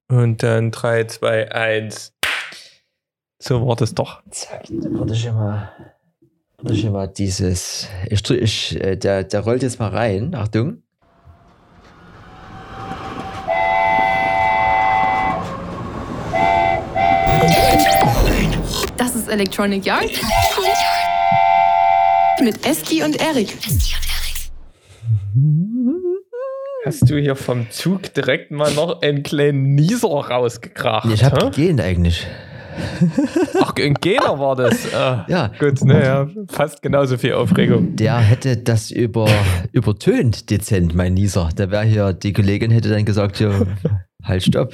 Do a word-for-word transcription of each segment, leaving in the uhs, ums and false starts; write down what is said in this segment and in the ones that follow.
Und dann drei, zwei, eins. So war das doch. Zack, dann warte ich mal. Warte ich mal dieses. Ich, ich, der, der rollt jetzt mal rein. Achtung. Das ist Electronic Yard mit Eski und Erik. Hast du hier vom Zug direkt mal noch einen kleinen Nieser rausgekracht? Ich hab hä? gegähnt eigentlich. Ach, ein Gähner war das. Ah, Ja. Gut, naja, fast genauso viel Aufregung. Der hätte das über, übertönt dezent, mein Nieser. Da wäre hier, die Kollegin hätte dann gesagt, ja, halt, stopp.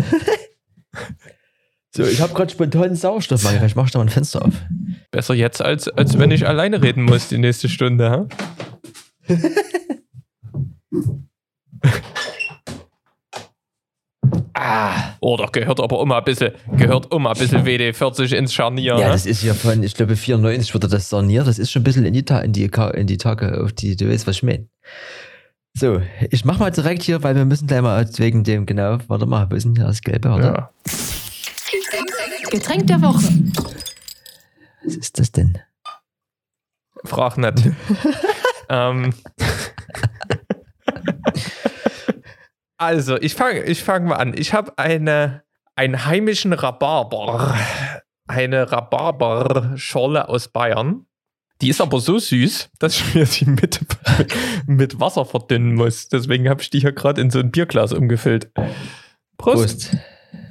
So, ich habe gerade spontan Sauerstoff, Mann. Vielleicht mach ich da mal ein Fenster auf. Besser jetzt, als, als wenn ich alleine reden muss die nächste Stunde. Hä? Ah, oh, da gehört aber immer ein bisschen, gehört immer ein bisschen W D vierzig ins Scharnier. Ja, ne? das ist hier von, ich glaube, vierundneunzig wurde das saniert. Das ist schon ein bisschen in die, Ta- in die, Ka- in die Tage, auf die, du weißt, was ich meine. So, ich mach mal direkt hier, weil wir müssen gleich mal wegen dem, genau, warte mal, wo ist denn hier das Gelbe, oder? Ja. Getränk der Woche. Was ist das denn? Frag nicht. ähm. Also, ich fange ich fang mal an. Ich habe eine, einen heimischen Rhabarber. Eine Rhabarberschorle aus Bayern. Die ist aber so süß, dass ich mir die mit, mit Wasser verdünnen muss. Deswegen habe ich die hier gerade in so ein Bierglas umgefüllt. Prost. Prost.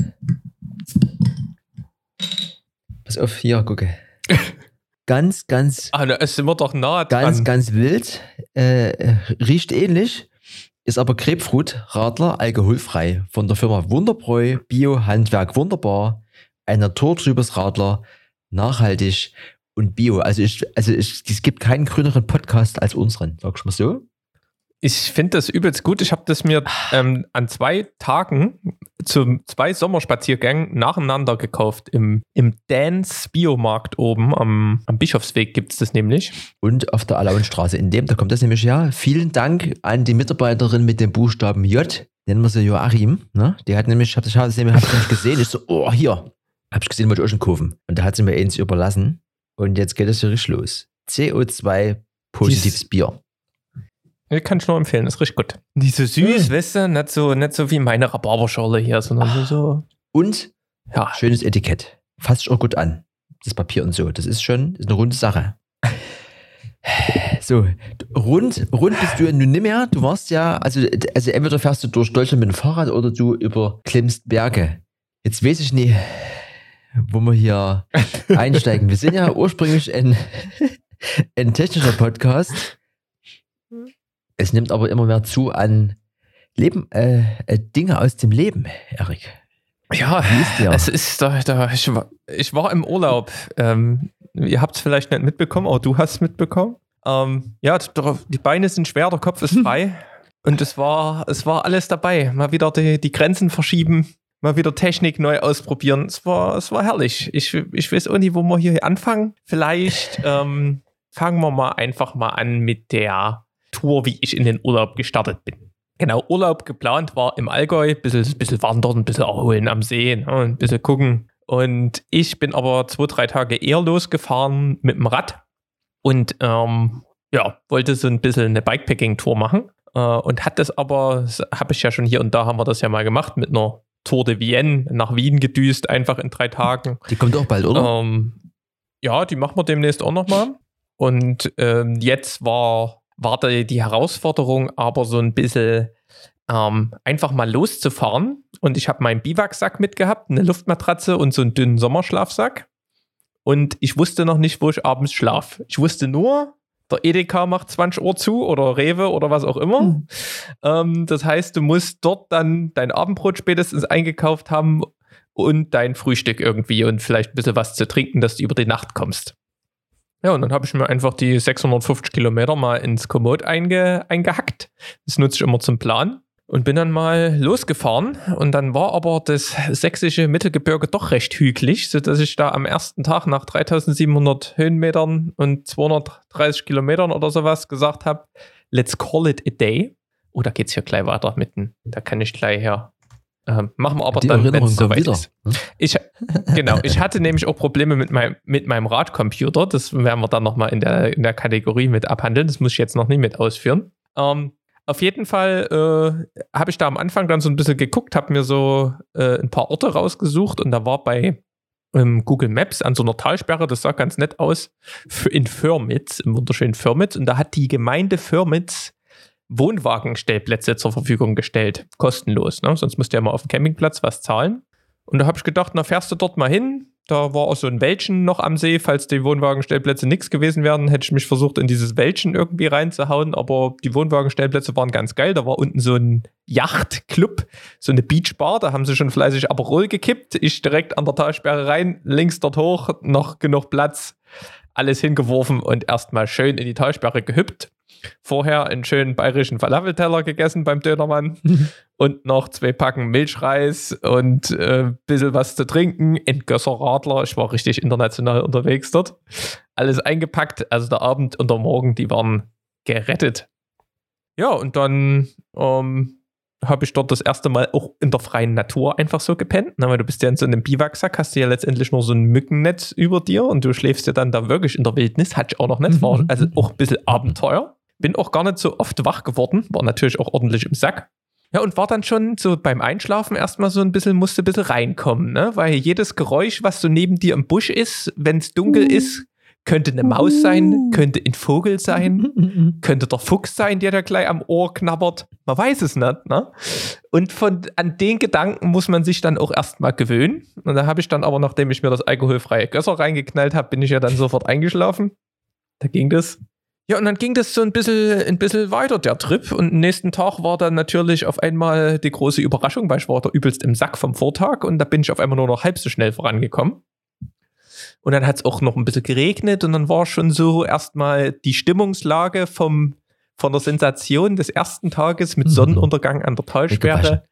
Pass auf, hier, gucke. Ganz, ganz, Ah, da sind wir doch nah dran. ganz, ganz wild. Äh, riecht ähnlich, ist aber Grapefruit, Radler, alkoholfrei. Von der Firma Wunderbräu, Bio, Handwerk wunderbar. Ein naturtrübes Radler, nachhaltig und Bio. Also, ich, also ich, es gibt keinen grüneren Podcast als unseren, sag ich mal so. Ich finde das übelst gut. Ich habe das mir ähm, an zwei Tagen zu zwei Sommerspaziergängen nacheinander gekauft. Im, im Dance Biomarkt oben am, am Bischofsweg gibt es das nämlich. Und auf der Alauenstraße. In dem, da kommt das nämlich her. Vielen Dank an die Mitarbeiterin mit dem Buchstaben J. Nennen wir sie Joachim. Ne? Die hat nämlich, hab, ich habe es nämlich, hab ich nämlich gesehen. Ich so, oh, hier. Hab ich gesehen, wollte ich auch schon kaufen. Und da hat sie mir eins überlassen. Und jetzt geht es hier richtig los. C O zwei positives Bier. Ich kann es nur empfehlen, ist richtig gut. Nicht so süß, Mhm. weißt du, nicht so, nicht so wie meine Rhabarberschorle hier, sondern Ach. so. Und Ja, schönes Etikett. Fasst sich auch gut an. Das Papier und so. Das ist schon ist eine runde Sache. So, rund, rund bist du nun nicht mehr. Du warst ja, also, also entweder fährst du durch Deutschland mit dem Fahrrad oder du überklimmst Berge. Jetzt weiß ich nicht, wo wir hier einsteigen. Wir sind ja ursprünglich ein, ein technischer Podcast. Es nimmt aber immer mehr zu an Leben, äh, äh, Dinge aus dem Leben, Erik. ja Wie ist der? es ist da, da ich, war, ich war im Urlaub. Ähm, ihr habt es vielleicht nicht mitbekommen, aber du hast es mitbekommen. Ähm, ja, die Beine sind schwer, der Kopf ist frei. Und es war, es war alles dabei. Mal wieder die, die Grenzen verschieben, mal wieder Technik neu ausprobieren. Es war, es war herrlich. Ich, ich weiß auch nicht, wo wir hier anfangen. Vielleicht ähm, fangen wir mal einfach mal an mit der Tour, wie ich in den Urlaub gestartet bin. Genau, Urlaub geplant war im Allgäu, ein bisschen, bisschen wandern, ein bisschen erholen am See, ne, ein bisschen gucken. Und ich bin aber zwei, drei Tage eher losgefahren mit dem Rad und ähm, ja, wollte so ein bisschen eine Bikepacking-Tour machen. Äh, und hat das aber, habe ich ja schon hier und da, haben wir das ja mal gemacht, mit einer Tour de Vienne nach Wien gedüst, einfach in drei Tagen. Die kommt auch bald, oder? Ähm, ja, die machen wir demnächst auch nochmal. Und ähm, jetzt war, war die, die Herausforderung aber so ein bisschen ähm, einfach mal loszufahren. Und ich habe meinen Biwaksack mitgehabt, eine Luftmatratze und so einen dünnen Sommerschlafsack. Und ich wusste noch nicht, wo ich abends schlafe. Ich wusste nur, der Edeka macht zwanzig Uhr zu oder Rewe oder was auch immer. Mhm. Ähm, das heißt, du musst dort dann dein Abendbrot spätestens eingekauft haben und dein Frühstück irgendwie und vielleicht ein bisschen was zu trinken, dass du über die Nacht kommst. Ja, und dann habe ich mir einfach die sechshundertfünfzig Kilometer mal ins Komoot einge, eingehackt. Das nutze ich immer zum Plan. Und bin dann mal losgefahren. Und dann war aber das sächsische Mittelgebirge doch recht hügelig, sodass ich da am ersten Tag nach dreitausendsiebenhundert Höhenmetern und zweihundertdreißig Kilometern oder sowas gesagt habe, let's call it a day. Oh, da geht's hier gleich weiter mitten. Da kann ich gleich her Ähm, machen wir aber Die dann, wenn Erinnerung es kommt soweit wieder. ist. Ich, genau, ich hatte nämlich auch Probleme mit meinem, mit meinem Radcomputer. Das werden wir dann nochmal in der, in der Kategorie mit abhandeln. Das muss ich jetzt noch nicht mit ausführen. Ähm, auf jeden Fall äh, habe ich da am Anfang dann so ein bisschen geguckt, habe mir so äh, ein paar Orte rausgesucht und da war bei ähm, Google Maps an so einer Talsperre, das sah ganz nett aus, für, in Förmitz, im wunderschönen Förmitz. Und da hat die Gemeinde Förmitz Wohnwagenstellplätze zur Verfügung gestellt, kostenlos, ne? Sonst musst du ja mal auf dem Campingplatz was zahlen. Und da habe ich gedacht, na fährst du dort mal hin, da war auch so ein Wäldchen noch am See, falls die Wohnwagenstellplätze nichts gewesen wären, hätte ich mich versucht in dieses Wäldchen irgendwie reinzuhauen, aber die Wohnwagenstellplätze waren ganz geil, da war unten so ein Yachtclub, so eine Beachbar, da haben sie schon fleißig Aperol gekippt, ich direkt an der Talsperre rein, links dort hoch, noch genug Platz, alles hingeworfen und erstmal schön in die Talsperre gehüpft. Vorher einen schönen bayerischen Falafelteller gegessen beim Dönermann und noch zwei Packen Milchreis und ein äh, bisschen was zu trinken. Entgösser Radler, ich war richtig international unterwegs dort. Alles eingepackt, also der Abend und der Morgen, die waren gerettet. Ja, und dann ähm, habe ich dort das erste Mal auch in der freien Natur einfach so gepennt. Na, weil du bist ja in so einem Biwaksack, hast du ja letztendlich nur so ein Mückennetz über dir und du schläfst ja dann da wirklich in der Wildnis. Hatte ich auch noch nicht, war also auch ein bisschen Abenteuer. Bin auch gar nicht so oft wach geworden, war natürlich auch ordentlich im Sack. Ja, und war dann schon so beim Einschlafen erstmal so ein bisschen, musste ein bisschen reinkommen, ne? Weil jedes Geräusch, was so neben dir im Busch ist, wenn es dunkel ist, könnte eine Maus sein, könnte ein Vogel sein, könnte der Fuchs sein, der da gleich am Ohr knabbert. Man weiß es nicht, ne? Und von, an den Gedanken muss man sich dann auch erstmal gewöhnen. Und da habe ich dann aber, nachdem ich mir das alkoholfreie Gösser reingeknallt habe, bin ich ja dann sofort eingeschlafen. Da ging das. Ja, und dann ging das so ein bisschen, ein bisschen weiter, der Trip. Und am nächsten Tag war dann natürlich auf einmal die große Überraschung, weil ich war da übelst im Sack vom Vortag und da bin ich auf einmal nur noch halb so schnell vorangekommen. Und dann hat es auch noch ein bisschen geregnet und dann war schon so erstmal die Stimmungslage vom, von der Sensation des ersten Tages mit Sonnenuntergang an der Talsperre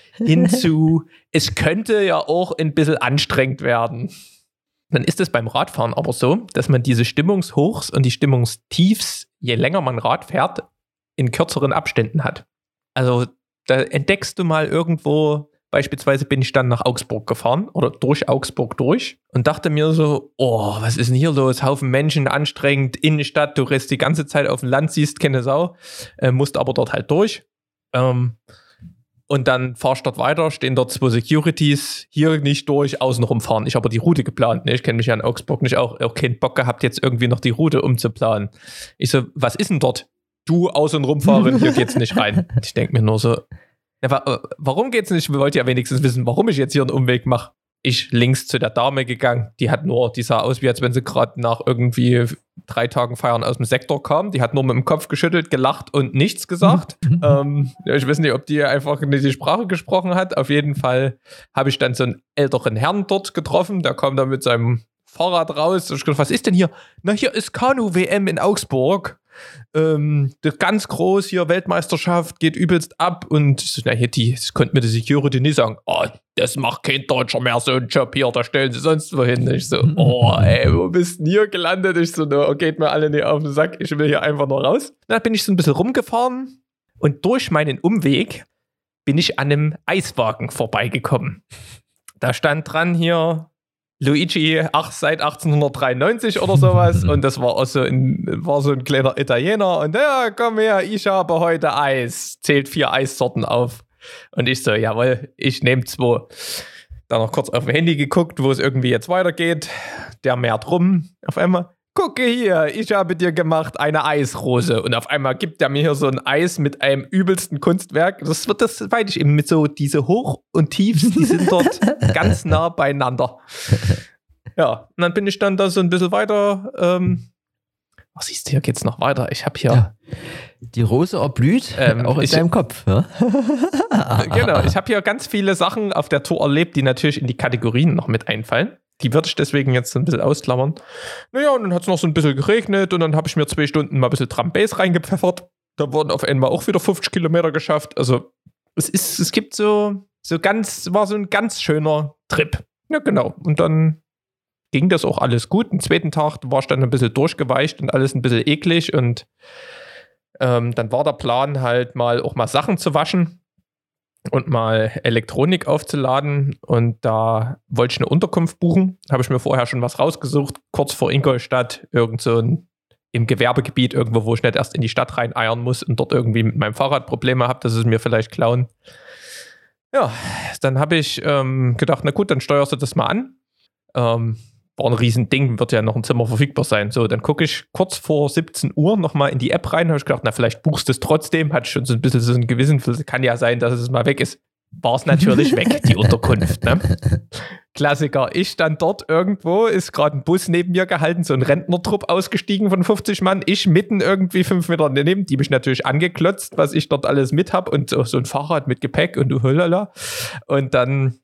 hinzu, es könnte ja auch ein bisschen anstrengend werden. Dann ist es beim Radfahren aber so, dass man diese Stimmungshochs und die Stimmungstiefs, je länger man Rad fährt, in kürzeren Abständen hat. Also da entdeckst du mal irgendwo, beispielsweise bin ich dann nach Augsburg gefahren oder durch Augsburg durch und dachte mir so, oh, was ist denn hier los? Haufen Menschen, anstrengend, Innenstadt, du rennst die ganze Zeit auf dem Land, siehst keine Sau, äh, musst aber dort halt durch. Ähm, Und dann fahrst du dort weiter, stehen dort zwei Securities, hier nicht durch, außenrum fahren. Ich habe die Route geplant, ne? Ich kenne mich ja in Augsburg nicht, auch, auch keinen Bock gehabt, jetzt irgendwie noch die Route umzuplanen. Ich so, was ist denn dort? Du außenrum fahren, hier geht's nicht rein. Ich denke mir nur so, ja, wa- warum geht's nicht? Wir wollten ja wenigstens wissen, warum ich jetzt hier einen Umweg mache. Ich links zu der Dame gegangen, die hat nur, die sah aus, wie als wenn sie gerade nach irgendwie drei Tagen Feiern aus dem Sektor kam. Die hat nur mit dem Kopf geschüttelt, gelacht und nichts gesagt. ähm, ja, ich weiß nicht, ob die einfach nicht die Sprache gesprochen hat. Auf jeden Fall habe ich dann so einen älteren Herrn dort getroffen. Der kam dann mit seinem Fahrrad raus. Und ich dachte, was ist denn hier? Na, hier ist Kanu-W M in Augsburg. Ähm, ganz groß hier, Weltmeisterschaft, geht übelst ab. Und ich so, na, hier, die, das konnte mir die Security nicht sagen. Oh, das macht kein Deutscher mehr so einen Job hier, da stellen sie sonst wohin. Ich so, oh, ey, wo bist denn hier gelandet? Ich so, no, geht mir alle nicht auf den Sack, ich will hier einfach nur raus. Dann bin ich so ein bisschen rumgefahren und durch meinen Umweg bin ich an einem Eiswagen vorbeigekommen. Da stand dran hier Luigi ach, seit achtzehnhundertdreiundneunzig oder sowas und das war auch so ein, war so ein kleiner Italiener und ja, komm her, ich habe heute Eis. Zählt vier Eissorten auf. Und ich so, jawohl, ich nehme zwei. Dann noch kurz auf dem Handy geguckt, wo es irgendwie jetzt weitergeht. Der mehrt rum. Auf einmal, gucke hier, ich habe dir gemacht eine Eisrose. Und auf einmal gibt er mir hier so ein Eis mit einem übelsten Kunstwerk. Das wird das, weiß ich eben, mit so diese Hoch- und Tiefs, die sind dort ganz nah beieinander. Ja, und dann bin ich dann da so ein bisschen weiter. Ähm, was siehst du, hier geht's noch weiter. Ich habe hier... Ja. Die Rose erblüht, ähm, auch in ich, deinem Kopf. Ja? Genau, ich habe hier ganz viele Sachen auf der Tour erlebt, die natürlich in die Kategorien noch mit einfallen. Die würde ich deswegen jetzt so ein bisschen ausklammern. Naja, und dann hat es noch so ein bisschen geregnet und dann habe ich mir zwei Stunden mal ein bisschen Drum-Bass reingepfeffert. Da wurden auf einmal auch wieder fünfzig Kilometer geschafft. Also es ist, es gibt so, so ganz, war so ein ganz schöner Trip. Ja, genau. Und dann ging das auch alles gut. Am zweiten Tag war ich dann ein bisschen durchgeweicht und alles ein bisschen eklig und ähm, dann war der Plan halt mal auch mal Sachen zu waschen. und mal Elektronik aufzuladen. Und da wollte ich eine Unterkunft buchen. Habe ich mir vorher schon was rausgesucht, kurz vor Ingolstadt, irgend so ein im Gewerbegebiet irgendwo, wo ich nicht erst in die Stadt rein eiern muss und dort irgendwie mit meinem Fahrrad Probleme habe, dass es mir vielleicht klauen. Ja, dann habe ich ähm, gedacht, na gut, dann steuerst du das mal an. Ähm, war ein Riesending, wird ja noch ein Zimmer verfügbar sein. So, dann gucke ich kurz vor siebzehn Uhr nochmal in die App rein, habe ich gedacht, na vielleicht buchst du es trotzdem, hatte schon so ein bisschen so ein Gewissen, kann ja sein, dass es mal weg ist. War es natürlich weg, die Unterkunft. Ne? Klassiker, ich stand dort irgendwo, ist gerade ein Bus neben mir gehalten, so ein Rentnertrupp ausgestiegen von fünfzig Mann, ich mitten irgendwie fünf Meter daneben, die mich natürlich angeklotzt, was ich dort alles mit habe und so, so ein Fahrrad mit Gepäck und hulala. Und dann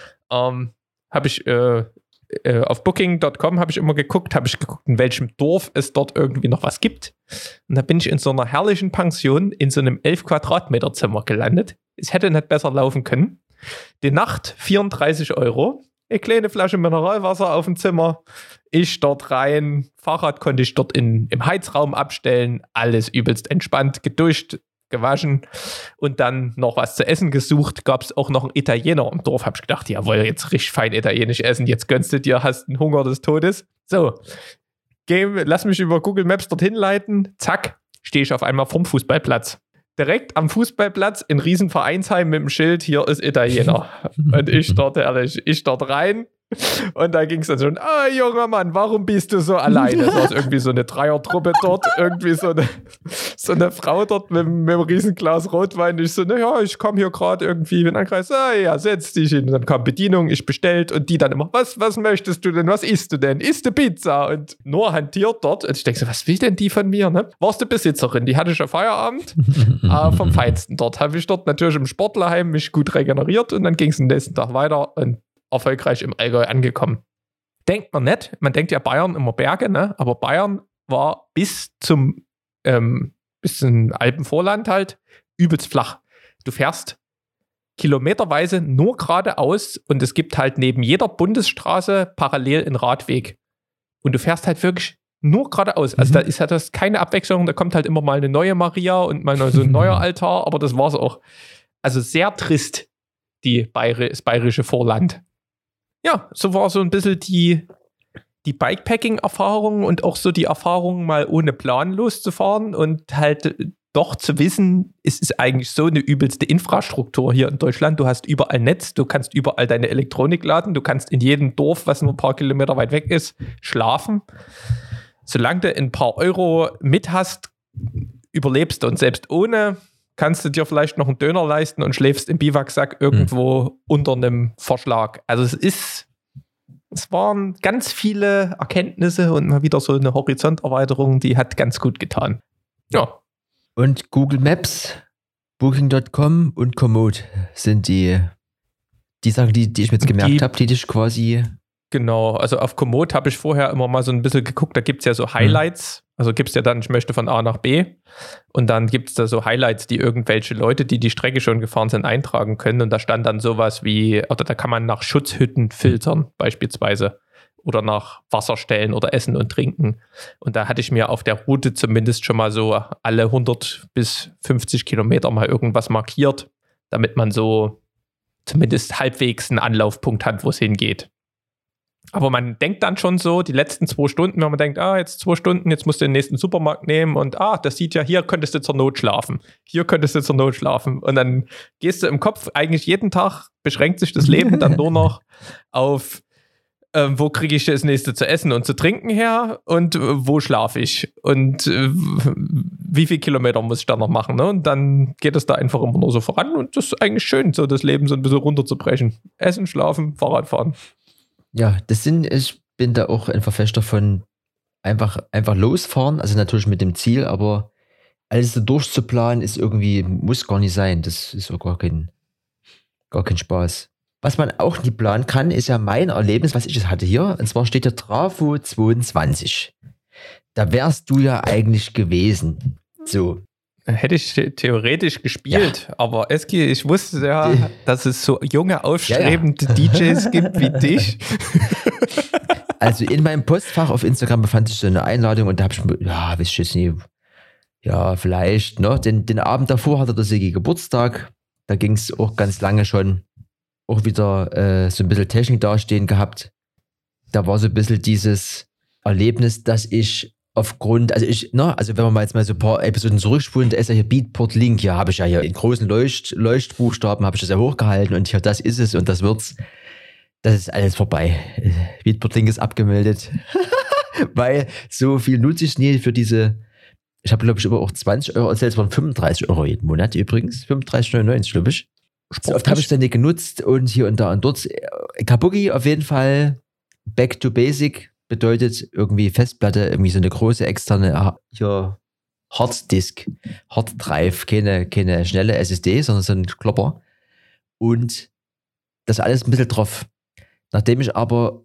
ähm, habe ich äh, äh, auf booking Punkt com habe ich immer geguckt, habe ich geguckt, in welchem Dorf es dort irgendwie noch was gibt. Und da bin ich in so einer herrlichen Pension in so einem elf Quadratmeter Zimmer gelandet. Es hätte nicht besser laufen können. Die Nacht vierunddreißig Euro. Eine kleine Flasche Mineralwasser auf dem Zimmer. Ich dort rein. Fahrrad konnte ich dort in, im Heizraum abstellen. Alles übelst entspannt, geduscht, gewaschen und dann noch was zu essen gesucht. Gab es auch noch einen Italiener im Dorf. Habe ich gedacht, jawohl, jetzt richtig fein italienisch essen. Jetzt gönnst du dir, hast einen Hunger des Todes. So, geh, lass mich über Google Maps dorthin leiten. Zack, stehe ich auf einmal vom Fußballplatz. Direkt am Fußballplatz in Riesenvereinsheim mit dem Schild, hier ist Italiener. Und ich dort, ehrlich, ich dort rein. Und da ging es dann schon, ah, junger Mann, warum bist du so alleine? Das war irgendwie so eine Dreiertruppe dort, irgendwie so eine, so eine Frau dort mit, mit einem riesen Glas Rotwein. Ich so, naja, ich komme hier gerade irgendwie in den Kreis, ah ja, setz dich hin. Und dann kam Bedienung, ich bestellt und die dann immer, was, was möchtest du denn, was isst du denn? Isst du Pizza? Und nur hantiert dort. Und ich denke so, was will denn die von mir? Ne? Warst du Besitzerin? Die hatte schon Feierabend, aber vom Feinsten dort. Habe ich dort natürlich im Sportlerheim mich gut regeneriert und dann ging es den nächsten Tag weiter und erfolgreich im Allgäu angekommen. Denkt man nicht, man denkt ja Bayern immer Berge, ne? Aber Bayern war bis zum ähm, bis zum Alpenvorland halt übelst flach. Du fährst kilometerweise nur geradeaus und es gibt halt neben jeder Bundesstraße parallel einen Radweg. Und du fährst halt wirklich nur geradeaus. Also mhm. da ist halt das keine Abwechslung, da kommt halt immer mal eine neue Maria und mal so ein neuer Altar, aber das war's auch. Also sehr trist, die Bayer- das bayerische Vorland. Ja, so war so ein bisschen die, die Bikepacking-Erfahrung und auch so die Erfahrung, mal ohne Plan loszufahren und halt doch zu wissen, es ist eigentlich so eine übelste Infrastruktur hier in Deutschland. Du hast überall Netz, du kannst überall deine Elektronik laden, du kannst in jedem Dorf, was nur ein paar Kilometer weit weg ist, schlafen. Solange du ein paar Euro mit hast, überlebst du. Und selbst ohne kannst du dir vielleicht noch einen Döner leisten und schläfst im Biwaksack irgendwo hm. unter einem Verschlag. Also es ist, es waren ganz viele Erkenntnisse und mal wieder so eine Horizonterweiterung, die hat ganz gut getan. Ja. Und Google Maps, booking Punkt com und Komoot sind die, die Sachen, die, die ich mir jetzt gemerkt habe, die dich quasi... Genau, also auf Komoot habe ich vorher immer mal so ein bisschen geguckt, da gibt es ja so Highlights, also gibt es ja dann, ich möchte von A nach B und dann gibt es da so Highlights, die irgendwelche Leute, die die Strecke schon gefahren sind, eintragen können und da stand dann sowas wie, oder da kann man nach Schutzhütten filtern beispielsweise oder nach Wasserstellen oder Essen und Trinken und da hatte ich mir auf der Route zumindest schon mal so alle hundert bis fünfzig Kilometer mal irgendwas markiert, damit man so zumindest halbwegs einen Anlaufpunkt hat, wo es hingeht. Aber man denkt dann schon so, die letzten zwei Stunden, wenn man denkt, ah, jetzt zwei Stunden, jetzt musst du den nächsten Supermarkt nehmen und ah, das sieht ja, hier könntest du zur Not schlafen. Hier könntest du zur Not schlafen. Und dann gehst du im Kopf, eigentlich jeden Tag beschränkt sich das Leben dann nur noch auf, äh, wo kriege ich das nächste zu essen und zu trinken her und äh, wo schlafe ich und äh, wie viele Kilometer muss ich da noch machen. Ne? Und dann geht es da einfach immer nur so voran und das ist eigentlich schön, so das Leben so ein bisschen runterzubrechen. Essen, schlafen, Fahrrad fahren. Ja, das sind, ich bin da auch ein Verfechter von einfach, einfach losfahren, also natürlich mit dem Ziel, aber alles so durchzuplanen ist irgendwie, muss gar nicht sein. Das ist auch gar kein, gar kein Spaß. Was man auch nicht planen kann, ist ja mein Erlebnis, was ich jetzt hatte hier, und zwar steht hier Trafo zweiundzwanzig. Da wärst du ja eigentlich gewesen. So. Hätte ich theoretisch gespielt, ja. Aber Eski, ich wusste ja, dass es so junge, aufstrebende ja, ja. D Js gibt wie dich. Also in meinem Postfach auf Instagram befand sich so eine Einladung und da habe ich mir, ja, weiß ich jetzt nicht, ja, vielleicht, ne? Den, den Abend davor hatte der Sigi Geburtstag Da ging es auch ganz lange schon auch wieder äh, so ein bisschen Technik dastehen gehabt. Da war so ein bisschen dieses Erlebnis, dass ich aufgrund, also ich, ne, also wenn wir mal jetzt mal so ein paar Episoden zurückspulen, da ist ja hier Beatport Link, hier habe ich ja hier in großen Leucht, Leuchtbuchstaben habe ich das ja hochgehalten und hier, das ist es und das wird's. Das ist alles vorbei. Beatport Link ist abgemeldet. Weil so viel nutze ich nie für diese, ich habe glaube ich immer auch zwanzig Euro, selbst waren fünfunddreißig Euro jeden Monat übrigens, fünfunddreißig neunundneunzig glaube ich. So oft habe ich dann nicht genutzt und hier und da und dort. Kabuki auf jeden Fall back to basic bedeutet irgendwie Festplatte, irgendwie so eine große externe hier Harddisk, Harddrive, keine, keine schnelle S S D, sondern so ein Klopper. Und das alles ein bisschen drauf. Nachdem ich aber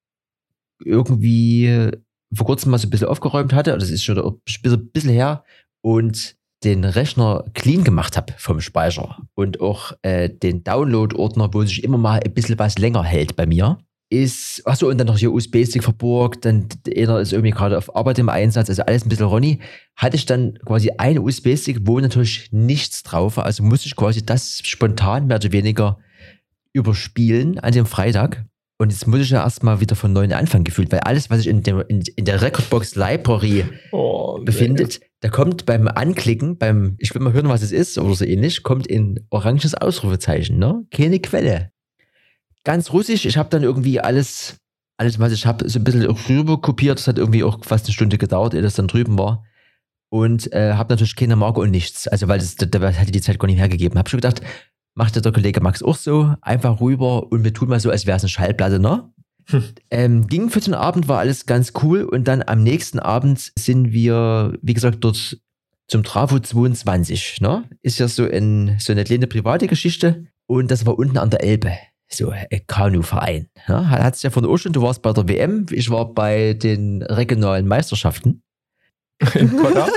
irgendwie vor kurzem mal so ein bisschen aufgeräumt hatte, das ist schon ein bisschen her, und den Rechner clean gemacht habe vom Speicher und auch äh, den Download-Ordner, wo sich immer mal ein bisschen was länger hält bei mir, ist, achso, und dann noch hier U S B-Stick verborgt, dann einer ist irgendwie gerade auf Arbeit im Einsatz, also alles ein bisschen Ronny, hatte ich dann quasi einen U S B-Stick, wo natürlich nichts drauf war, also musste ich quasi das spontan mehr oder weniger überspielen an dem Freitag. Und jetzt muss ich ja erstmal wieder von neuem anfangen gefühlt, weil alles, was sich in, dem, in, in der Recordbox Library oh, befindet, da kommt beim Anklicken, beim, ich will mal hören, was es ist oder so ähnlich, kommt in oranges Ausrufezeichen, ne? Keine Quelle. Ganz russisch, ich habe dann irgendwie alles, alles, was ich habe, so ein bisschen rüber kopiert, das hat irgendwie auch fast eine Stunde gedauert, ehe das dann drüben war. Und äh, habe natürlich keine Marke und nichts, also weil das, da, da hätte die Zeit gar nicht hergegeben. Habe schon gedacht, machte der Kollege Max auch so, einfach rüber und wir tun mal so, als wäre es eine Schallplatte, ne? Hm. Ähm, ging für den Abend, war alles ganz cool und dann am nächsten Abend sind wir, wie gesagt, dort zum Trafo zweiundzwanzig, ne? Ist ja so, ein, so eine kleine private Geschichte und das war unten an der Elbe, so ein Kanuverein. Ne? Hat es ja von der schon, du warst bei der W M, ich war bei den regionalen Meisterschaften. In Kotta.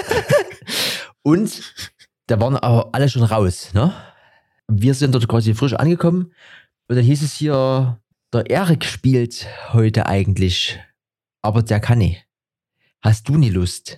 Und da waren aber alle schon raus, ne? Wir sind dort quasi frisch angekommen und dann hieß es hier, der Erik spielt heute eigentlich, aber der kann nicht. Hast du nie Lust?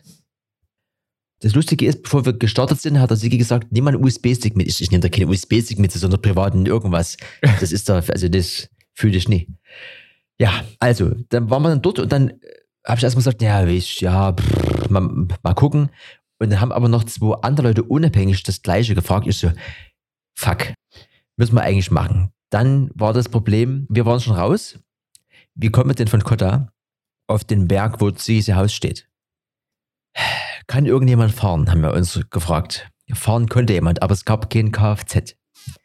Das Lustige ist, bevor wir gestartet sind, hat der Sigi gesagt, nimm mal einen U S B-Stick mit. Ich, ich nehme da keinen U S B-Stick mit, sondern privaten irgendwas. Das ist da, also das fühle ich nie. Ja, also, dann waren wir dann dort und dann habe ich erstmal gesagt, ja, ich, ja, pff, mal, mal gucken. Und dann haben aber noch zwei andere Leute unabhängig das Gleiche gefragt. Ich so, fuck, müssen wir eigentlich machen. Dann war das Problem, wir waren schon raus. Wie kommen wir denn von Kotta auf den Berg, wo dieses Haus steht? Kann irgendjemand fahren, haben wir uns gefragt. Fahren konnte jemand, aber es gab kein Kfz.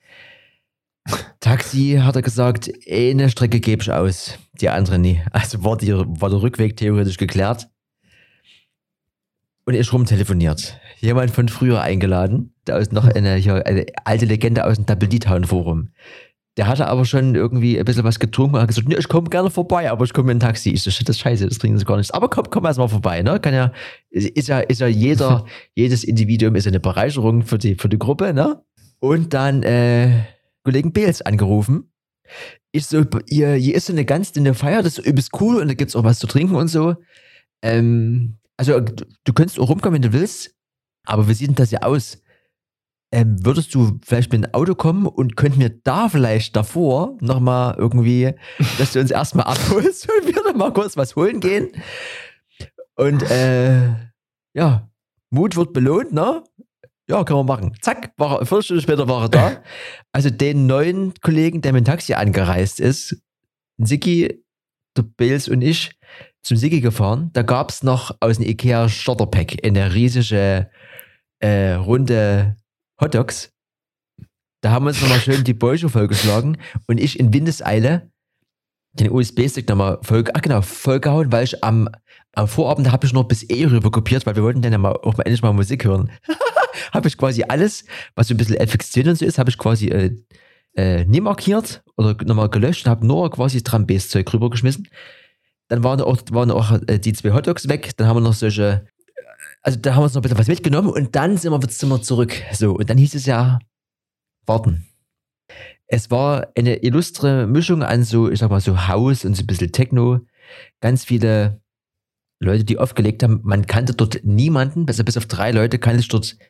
Taxi, hat er gesagt, eine Strecke gebe ich aus, die andere nie. Also war, die, war der Rückweg theoretisch geklärt. Und ich rumtelefoniert. Jemand von früher eingeladen, da ist noch eine, hier, eine alte Legende aus dem Double D-Town Forum. Der hatte aber schon irgendwie ein bisschen was getrunken und hat gesagt, nee, ich komme gerne vorbei, aber ich komme in ein Taxi. Ich so, shit, das ist scheiße, das trinken sie gar nicht. Aber komm, komm erst mal vorbei, ne? Kann ja, ist ja, ist ja jeder, jedes Individuum ist eine Bereicherung für die, für die Gruppe, ne? Und dann, äh, Kollegen Beels angerufen. Ich so, hier, hier ist so eine ganz dünne Feier, das ist übelst cool und da gibt's auch was zu trinken und so. Ähm, also, du, du könntest auch rumkommen, wenn du willst, aber wie sieht denn das ja aus? Ähm, würdest du vielleicht mit dem Auto kommen und könnten wir da vielleicht davor nochmal irgendwie, dass du uns erstmal abholst und wir dann mal kurz was holen gehen? Und äh, ja, Mut wird belohnt, ne? Ja, können wir machen. Zack, war er, eine Viertelstunde später war er da. Also den neuen Kollegen, der mit dem Taxi angereist ist, Sigi, der Bales und ich, zum Sigi gefahren. Da gab es noch aus dem Ikea Starterpack eine riesige äh, runde Hotdogs. Da haben wir uns nochmal schön die Bäuche vollgeschlagen und ich in Windeseile den U S B-Stick nochmal voll, ach genau, vollgehauen, weil ich am, am Vorabend habe ich noch bis E rüber kopiert, weil wir wollten dann ja mal, auch mal endlich mal Musik hören. Habe ich quasi alles, was so ein bisschen F X zehn und so ist, habe ich quasi äh, äh, nie markiert oder nochmal gelöscht und habe nur quasi Tram-Bass-Zeug rübergeschmissen. Dann waren auch, waren auch äh, die zwei Hotdogs weg, dann haben wir noch solche, also da haben wir uns noch ein bisschen was mitgenommen und dann sind wir, sind wir zurück. So, und dann hieß es ja, warten. Es war eine illustre Mischung an so, ich sag mal so House und so ein bisschen Techno. Ganz viele Leute, die aufgelegt haben. Man kannte dort niemanden, besser bis auf drei Leute kannte ich dort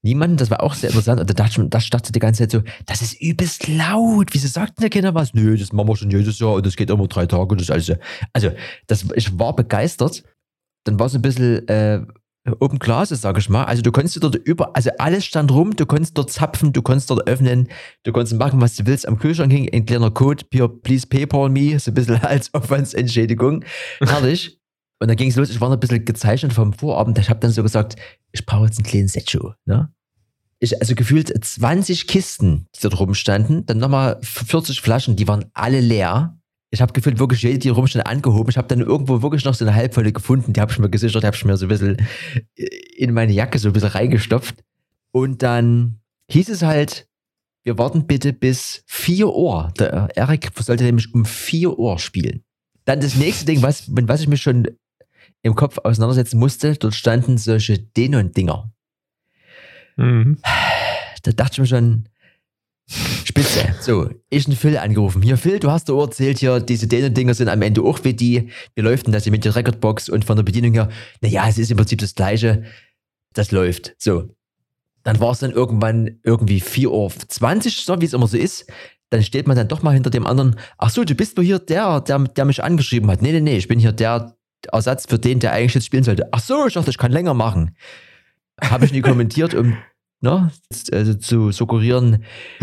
niemanden, das war auch sehr interessant. Und da dachte ich, da dachte die ganze Zeit so, das ist übelst laut. Wieso sagt denn der Kinder was? Nö, das machen wir schon jedes Jahr und das geht immer drei Tage. Und das alles. Also, das, ich war begeistert. Dann war es ein bisschen äh, Open Classes, sag ich mal. Also du konntest dort über, also alles stand rum, du konntest dort zapfen, du konntest dort öffnen, du konntest machen, was du willst. Am Kühlschrank hing ein kleiner Code, please PayPal me, so ein bisschen als Aufwandsentschädigung. Herrlich. Und dann ging es los, ich war noch ein bisschen gezeichnet vom Vorabend. Ich habe dann so gesagt, ich brauche jetzt einen kleinen Setshow. Ne? Ich, also gefühlt zwanzig Kisten, die dort rumstanden, dann nochmal vierzig Flaschen, die waren alle leer. Ich habe gefühlt wirklich jede, die rumstand, angehoben. Ich habe dann irgendwo wirklich noch so eine halbvolle gefunden. Die habe ich mir gesichert, habe ich mir so ein bisschen in meine Jacke so ein bisschen reingestopft. Und dann hieß es halt, wir warten bitte bis vier Uhr. Der Erik sollte nämlich um vier Uhr spielen. Dann das nächste Ding, was, mit was ich mich schon im Kopf auseinandersetzen musste, dort standen solche Denon-Dinger. Mhm. Da dachte ich mir schon, spitze. So, ich einen Phil angerufen. Hier, Phil, du hast doch erzählt, hier, diese Denon-Dinger sind am Ende auch wie die. Wie läuft denn das hier mit der Recordbox und von der Bedienung her? Naja, es ist im Prinzip das Gleiche. Das läuft. So. Dann war es dann irgendwann irgendwie vier Uhr zwanzig, so wie es immer so ist. Dann steht man dann doch mal hinter dem anderen. Ach so, du bist doch hier der, der, der mich angeschrieben hat. Nee, nee, nee, ich bin hier der Ersatz für den, der eigentlich jetzt spielen sollte. Ach so, ich dachte, ich kann länger machen. Habe ich nie kommentiert, um ne, also zu suggerieren,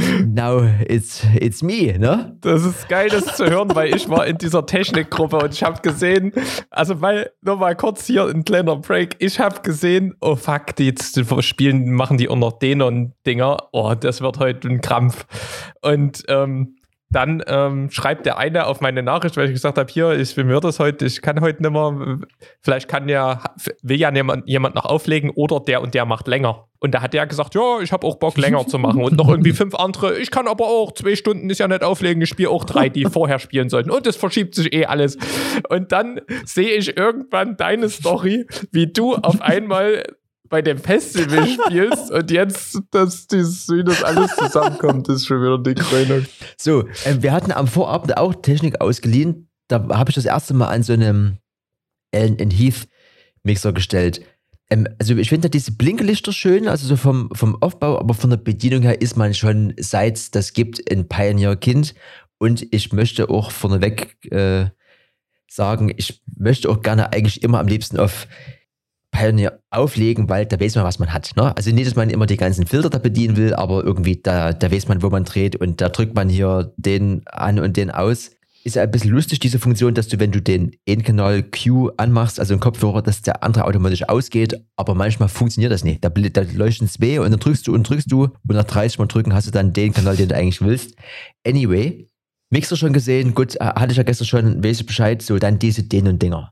now it's, it's me, ne? Das ist geil, das zu hören, weil ich war in dieser Technikgruppe und ich habe gesehen, also weil, nur mal kurz hier ein kleiner Break, ich habe gesehen, oh fuck, die jetzt spielen, machen die unter Denon-Dinger, oh, das wird heute ein Krampf. Und ähm, dann ähm, schreibt der eine auf meine Nachricht, weil ich gesagt habe, hier, ich will mir das heute, ich kann heute nicht mehr, vielleicht kann ja, will ja jemand, jemand noch auflegen oder der und der macht länger. Und da hat der gesagt, ja, ich habe auch Bock länger zu machen und noch irgendwie fünf andere, ich kann aber auch, zwei Stunden ist ja nicht auflegen, ich spiele auch drei, die vorher spielen sollten und es verschiebt sich eh alles. Und dann sehe ich irgendwann deine Story, wie du auf einmal bei dem Festival spielst und jetzt, dass dieses das alles zusammenkommt, ist schon wieder die Krönung. So, äh, wir hatten am Vorabend auch Technik ausgeliehen. Da habe ich das erste Mal an so einem Allen and Heath Mixer gestellt. Ähm, also ich finde diese Blinkelichter schön, also so vom, vom Aufbau, aber von der Bedienung her ist man schon, seit es das gibt, ein Pioneer-Kind. Und ich möchte auch vorneweg äh, sagen, ich möchte auch gerne eigentlich immer am liebsten auf Pioneer auflegen, weil da weiß man, was man hat. Ne? Also nicht, dass man immer die ganzen Filter da bedienen will, aber irgendwie da, da weiß man, wo man dreht und da drückt man hier den an und den aus. Ist ja ein bisschen lustig, diese Funktion, dass du, wenn du den Ein-Kanal Q anmachst, also einen Kopfhörer, dass der andere automatisch ausgeht, aber manchmal funktioniert das nicht. Da, da leuchten zwei und dann drückst du und drückst du und nach dreißig Mal drücken hast du dann den Kanal, den du eigentlich willst. Anyway, Mixer schon gesehen, gut, hatte ich ja gestern schon, weiß ich Bescheid, so dann diese Denon-Dinger.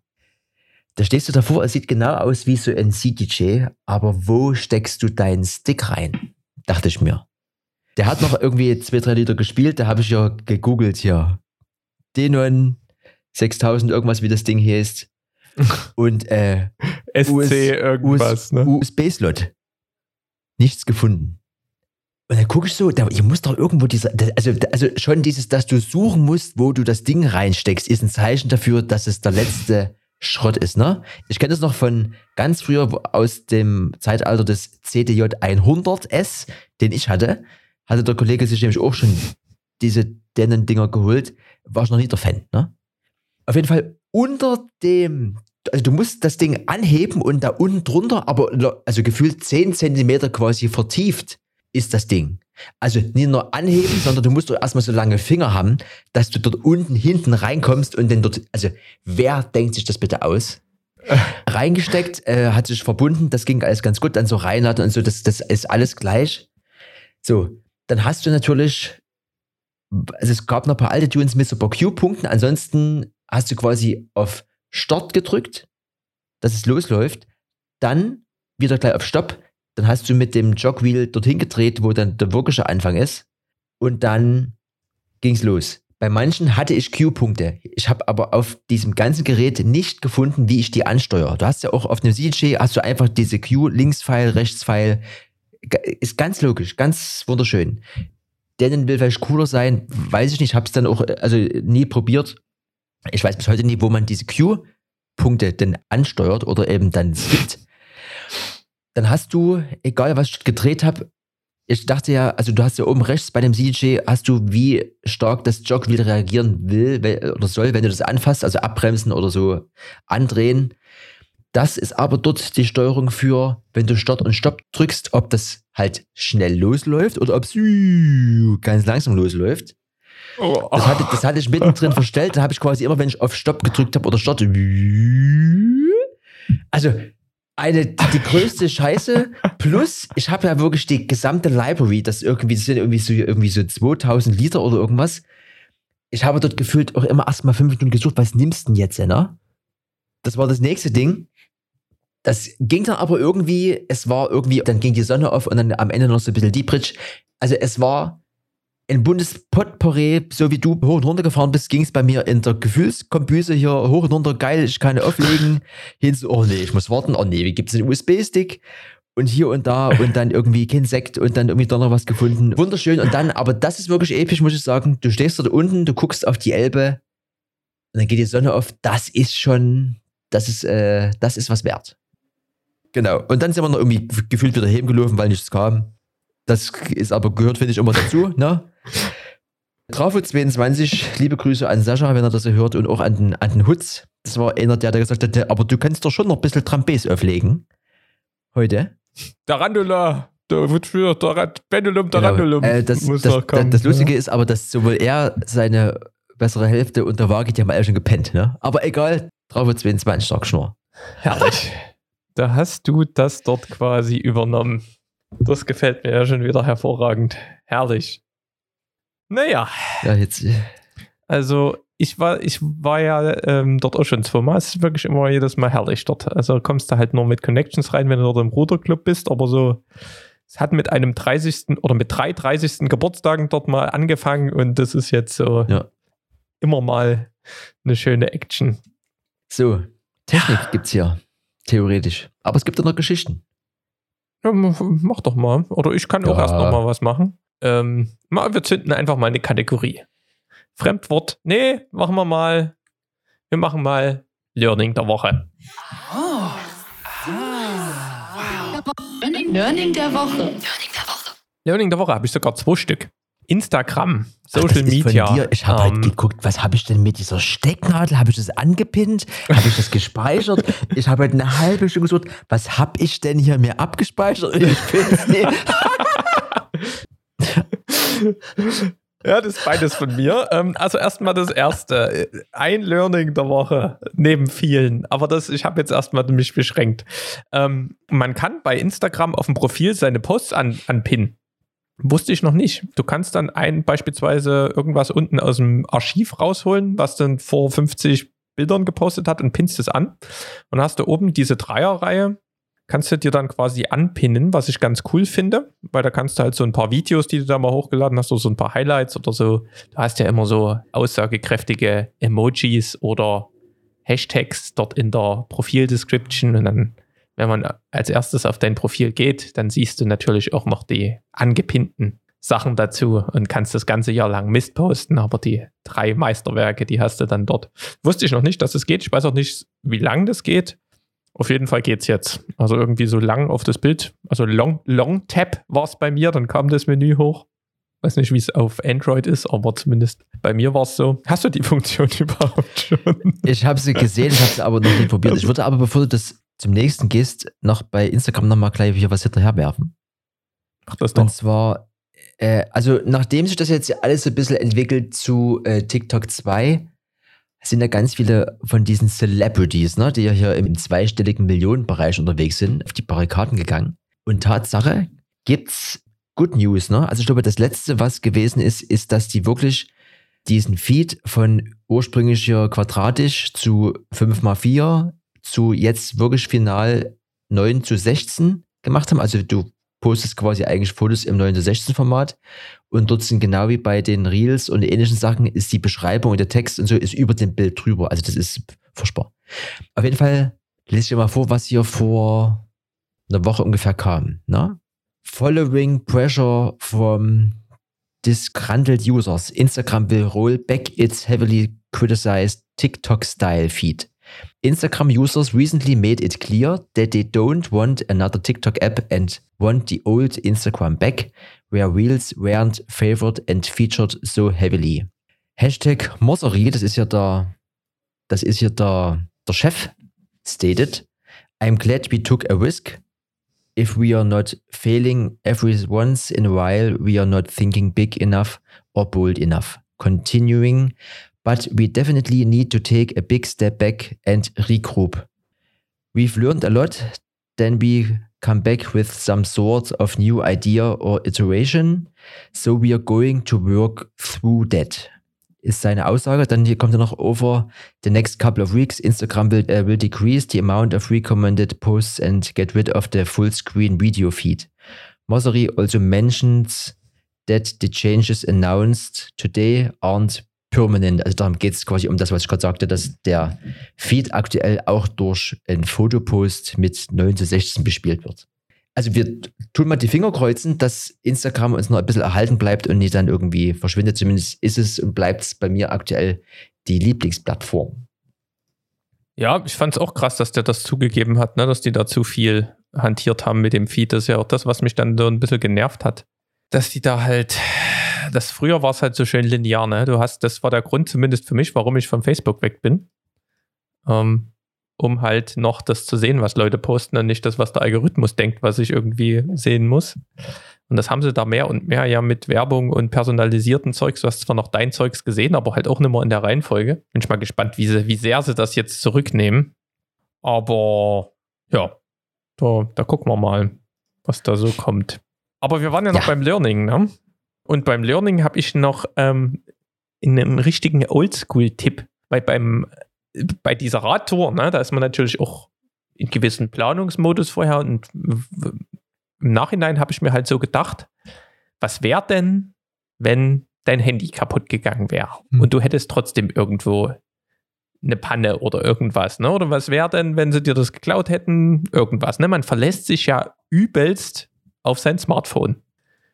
Da stehst du davor, es sieht genau aus wie so ein C D J, aber wo steckst du deinen Stick rein? Dachte ich mir. Der hat noch irgendwie zwei, drei Liter gespielt, da habe ich ja gegoogelt hier. Denon sechstausend, irgendwas wie das Ding hier ist. Und äh, S C irgendwas, ne? U S B-Slot. Nichts gefunden. Und dann gucke ich so, da, hier muss doch irgendwo dieser, also, also schon dieses, dass du suchen musst, wo du das Ding reinsteckst, ist ein Zeichen dafür, dass es der letzte Schrott ist, ne? Ich kenne das noch von ganz früher aus dem Zeitalter des C D J hundert S, den ich hatte. Hatte der Kollege sich nämlich auch schon diese Denon-Dinger geholt. War ich noch nie der Fan, ne? Auf jeden Fall unter dem, also du musst das Ding anheben und da unten drunter, aber also gefühlt zehn Zentimeter quasi vertieft ist das Ding. Also nicht nur anheben, sondern du musst doch erstmal so lange Finger haben, dass du dort unten hinten reinkommst und dann dort, also wer denkt sich das bitte aus? Äh. Reingesteckt, äh, hat sich verbunden, das ging alles ganz gut, dann so reinladen und so, das, das ist alles gleich. So, dann hast du natürlich, also es gab noch ein paar alte Tunes mit so ein paar Q-Punkten, ansonsten hast du quasi auf Start gedrückt, dass es losläuft, dann wieder gleich auf Stopp. Dann hast du mit dem Jogwheel dorthin gedreht, wo dann der wirkliche Anfang ist. Und dann ging's los. Bei manchen hatte ich Q-Punkte. Ich habe aber auf diesem ganzen Gerät nicht gefunden, wie ich die ansteuere. Du hast ja auch auf dem C D J, hast du einfach diese Q-Links-Pfeil, Rechts-Pfeil. Ist ganz logisch, ganz wunderschön. Denon will vielleicht cooler sein, weiß ich nicht. Habe es dann auch also nie probiert. Ich weiß bis heute nie, wo man diese Q-Punkte denn ansteuert oder eben dann skippt. dann hast du, egal was ich gedreht habe, ich dachte ja, also du hast ja oben rechts bei dem C J, hast du, wie stark das Jogwheel reagieren will oder soll, wenn du das anfasst, also abbremsen oder so andrehen. Das ist aber dort die Steuerung für, wenn du Start und Stopp drückst, ob das halt schnell losläuft oder ob es ganz langsam losläuft. Oh. Das, hatte, das hatte ich mittendrin verstellt. Da habe ich quasi immer, wenn ich auf Stopp gedrückt habe oder Start, also eine, die größte Scheiße. Plus, ich habe ja wirklich die gesamte Library, das irgendwie, das sind irgendwie so, irgendwie so zweitausend Liter oder irgendwas. Ich habe dort gefühlt auch immer erst mal fünf Minuten gesucht, was nimmst du denn jetzt, ne? Das war das nächste Ding. Das ging dann aber irgendwie, es war irgendwie, dann ging die Sonne auf und dann am Ende noch so ein bisschen die Bridge. Also es war ein buntes Potpourri, so wie du hoch und runter gefahren bist, ging es bei mir in der Gefühlskombüse hier hoch und runter, geil, ich kann auflegen, hin so, oh nee, ich muss warten, oh nee, wie gibt's einen U S B-Stick? Und hier und da und dann irgendwie kein Sekt und dann irgendwie doch noch was gefunden. Wunderschön und dann, aber das ist wirklich episch, muss ich sagen, du stehst dort unten, du guckst auf die Elbe und dann geht die Sonne auf, das ist schon, das ist, äh, das ist was wert. Genau, und dann sind wir noch irgendwie gefühlt wieder heimgelaufen, weil nichts kam. Das ist aber gehört, finde ich, immer dazu, ne? Trafo zweiundzwanzig, liebe Grüße an Sascha, wenn er das so hört, und auch an den, an den Hutz. Das war einer, der, der gesagt hat, aber du kannst doch schon noch ein bisschen Trambes auflegen. Heute. Tarantula, der wird für Pendulum, Tarantulum. Genau. Äh, das, das, das, das Lustige ist aber, dass sowohl er, seine bessere Hälfte und der Waage, die haben alle schon gepennt, ne? Aber egal, Trafo zweiundzwanzig, stark Schnur. Herrlich. Da hast du das dort quasi übernommen. Das gefällt mir ja schon wieder hervorragend. Herrlich. Naja. Ja, jetzt. Also, ich war, ich war ja ähm, dort auch schon zweimal. Es ist wirklich immer jedes Mal herrlich dort. Also kommst du halt nur mit Connections rein, wenn du dort im Ruderclub bist. Aber so, es hat mit einem dreißigsten oder mit drei dreißigsten Geburtstagen dort mal angefangen. Und das ist jetzt so ja. immer mal eine schöne Action. So, Technik ja. gibt's hier. Theoretisch. Aber es gibt ja noch Geschichten. Ja, mach doch mal. Oder ich kann auch ja. erst noch mal was machen. Ähm, wir zünden einfach mal eine Kategorie. Fremdwort. Nee, machen wir mal. Wir machen mal Learning der Woche. Oh. Ah. Wow. Learning der Woche. Learning der Woche. Learning der Woche habe ich sogar zwei Stück. Instagram, Social Ach, das Media. Ist von dir. Ich habe ähm, halt geguckt, was habe ich denn mit dieser Stecknadel? Habe ich das angepinnt? Habe ich das gespeichert? Ich habe halt eine halbe Stunde gesucht, was habe ich denn hier mir abgespeichert? Ich bin's nicht. Ja, das ist beides von mir. Ähm, also erstmal das erste. Ein Learning der Woche, neben vielen. Aber das, ich habe jetzt erstmal mich beschränkt. Ähm, man kann bei Instagram auf dem Profil seine Posts an, anpinnen. Wusste ich noch nicht. Du kannst dann ein beispielsweise irgendwas unten aus dem Archiv rausholen, was dann vor fünfzig Bildern gepostet hat und pinnst es an. Und dann hast du oben diese Dreierreihe, kannst du dir dann quasi anpinnen, was ich ganz cool finde, weil da kannst du halt so ein paar Videos, die du da mal hochgeladen hast, oder so ein paar Highlights oder so. Du hast ja immer so aussagekräftige Emojis oder Hashtags dort in der Profil-Description und dann, wenn man als erstes auf dein Profil geht, dann siehst du natürlich auch noch die angepinnten Sachen dazu und kannst das ganze Jahr lang Mist posten, aber die drei Meisterwerke, die hast du dann dort. Wusste ich noch nicht, dass es geht. Ich weiß auch nicht, wie lang das geht. Auf jeden Fall geht's jetzt. Also irgendwie so lang auf das Bild. Also Long, Long Tap war es bei mir, dann kam das Menü hoch. Weiß nicht, wie es auf Android ist, aber zumindest bei mir war es so. Hast du die Funktion überhaupt schon? Ich habe sie gesehen, ich habe sie aber noch nicht probiert. Ich würde aber, bevor du das zum nächsten gehst, noch bei Instagram nochmal gleich hier was hinterher werfen. Ach, das doch. Und zwar, äh, also nachdem sich das jetzt alles so ein bisschen entwickelt zu äh, TikTok zwei, sind ja ganz viele von diesen Celebrities, ne, die ja hier im zweistelligen Millionenbereich unterwegs sind, auf die Barrikaden gegangen. Und Tatsache gibt's Good News, ne? Also ich glaube, das Letzte, was gewesen ist, ist, dass die wirklich diesen Feed von ursprünglich hier quadratisch zu fünf mal vier zu jetzt wirklich final neun zu sechzehn gemacht haben. Also du postest quasi eigentlich Fotos im neun zu sechzehn Format und dort sind genau wie bei den Reels und ähnlichen Sachen ist die Beschreibung und der Text und so ist über dem Bild drüber. Also das ist furchtbar. Auf jeden Fall lese ich dir mal vor, was hier vor einer Woche ungefähr kam. Ne? Following pressure from disgruntled users. Instagram will roll back its heavily criticized TikTok-style feed. Instagram users recently made it clear that they don't want another TikTok app and want the old Instagram back, where Reels weren't favored and featured so heavily. Hashtag Mosseri, das ist ja der, das ist ja der, der Chef, stated, I'm glad we took a risk. If we are not failing every once in a while, we are not thinking big enough or bold enough. Continuing, but we definitely need to take a big step back and regroup. We've learned a lot, then we come back with some sort of new idea or iteration, so we are going to work through that. Ist seine Aussage. Dann hier kommt er noch over the next couple of weeks. Instagram will, uh, will decrease the amount of recommended posts and get rid of the full screen video feed. Mosseri also mentions that the changes announced today aren't permanent. Also darum geht es quasi um das, was ich gerade sagte, dass der Feed aktuell auch durch einen Fotopost mit neun zu sechzehn bespielt wird. Also wir tun mal die Finger kreuzen, dass Instagram uns noch ein bisschen erhalten bleibt und nicht dann irgendwie verschwindet. Zumindest ist es und bleibt es bei mir aktuell die Lieblingsplattform. Ja, ich fand es auch krass, dass der das zugegeben hat, ne, dass die da zu viel hantiert haben mit dem Feed. Das ist ja auch das, was mich dann so ein bisschen genervt hat. Dass die da halt, das früher war es halt so schön linear, ne? Du hast, das war der Grund zumindest für mich, warum ich von Facebook weg bin. Ähm, um halt noch das zu sehen, was Leute posten und nicht das, was der Algorithmus denkt, was ich irgendwie sehen muss. Und das haben sie da mehr und mehr ja mit Werbung und personalisierten Zeugs. Du hast zwar noch dein Zeugs gesehen, aber halt auch nicht mehr in der Reihenfolge. Bin ich mal gespannt, wie, sie, wie sehr sie das jetzt zurücknehmen. Aber ja, da, da gucken wir mal, was da so kommt. Aber wir waren ja noch ja. beim Learning, ne? Und beim Learning habe ich noch ähm, in einem richtigen Oldschool-Tipp, weil beim bei dieser Radtour, ne, da ist man natürlich auch in gewissen Planungsmodus vorher und im Nachhinein habe ich mir halt so gedacht, was wäre denn, wenn dein Handy kaputt gegangen wäre hm. und du hättest trotzdem irgendwo eine Panne oder irgendwas, ne? Oder was wäre denn, wenn sie dir das geklaut hätten? Irgendwas, ne? Man verlässt sich ja übelst auf sein Smartphone.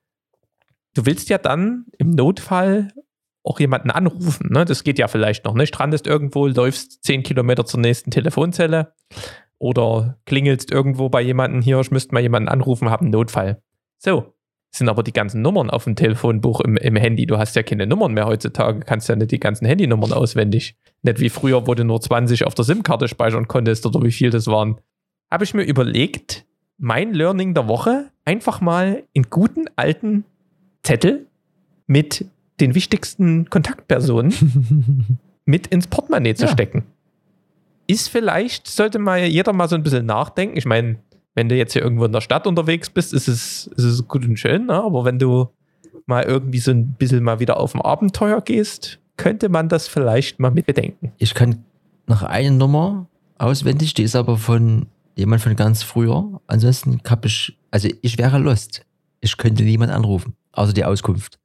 Du willst ja dann im Notfall auch jemanden anrufen, ne? Das geht ja vielleicht noch, ne? Strandest irgendwo, läufst zehn Kilometer zur nächsten Telefonzelle oder klingelst irgendwo bei jemandem, hier, ich müsste mal jemanden anrufen, hab einen Notfall. So, sind aber die ganzen Nummern auf dem Telefonbuch im, im Handy. Du hast ja keine Nummern mehr heutzutage, kannst ja nicht die ganzen Handynummern auswendig. Nicht wie früher, wo du nur zwanzig auf der SIM-Karte speichern konntest oder wie viel das waren. Habe ich mir überlegt, mein Learning der Woche, einfach mal in guten alten Zettel mit den wichtigsten Kontaktpersonen mit ins Portemonnaie zu ja. stecken. Ist vielleicht, sollte mal jeder mal so ein bisschen nachdenken. Ich meine, wenn du jetzt hier irgendwo in der Stadt unterwegs bist, ist es, ist es gut und schön, ne? Aber wenn du mal irgendwie so ein bisschen mal wieder auf ein Abenteuer gehst, könnte man das vielleicht mal mit bedenken. Ich kann noch eine Nummer auswendig, die ist aber von jemand von ganz früher. Ansonsten habe ich, also ich wäre lost. Ich könnte niemand anrufen, außer die Auskunft.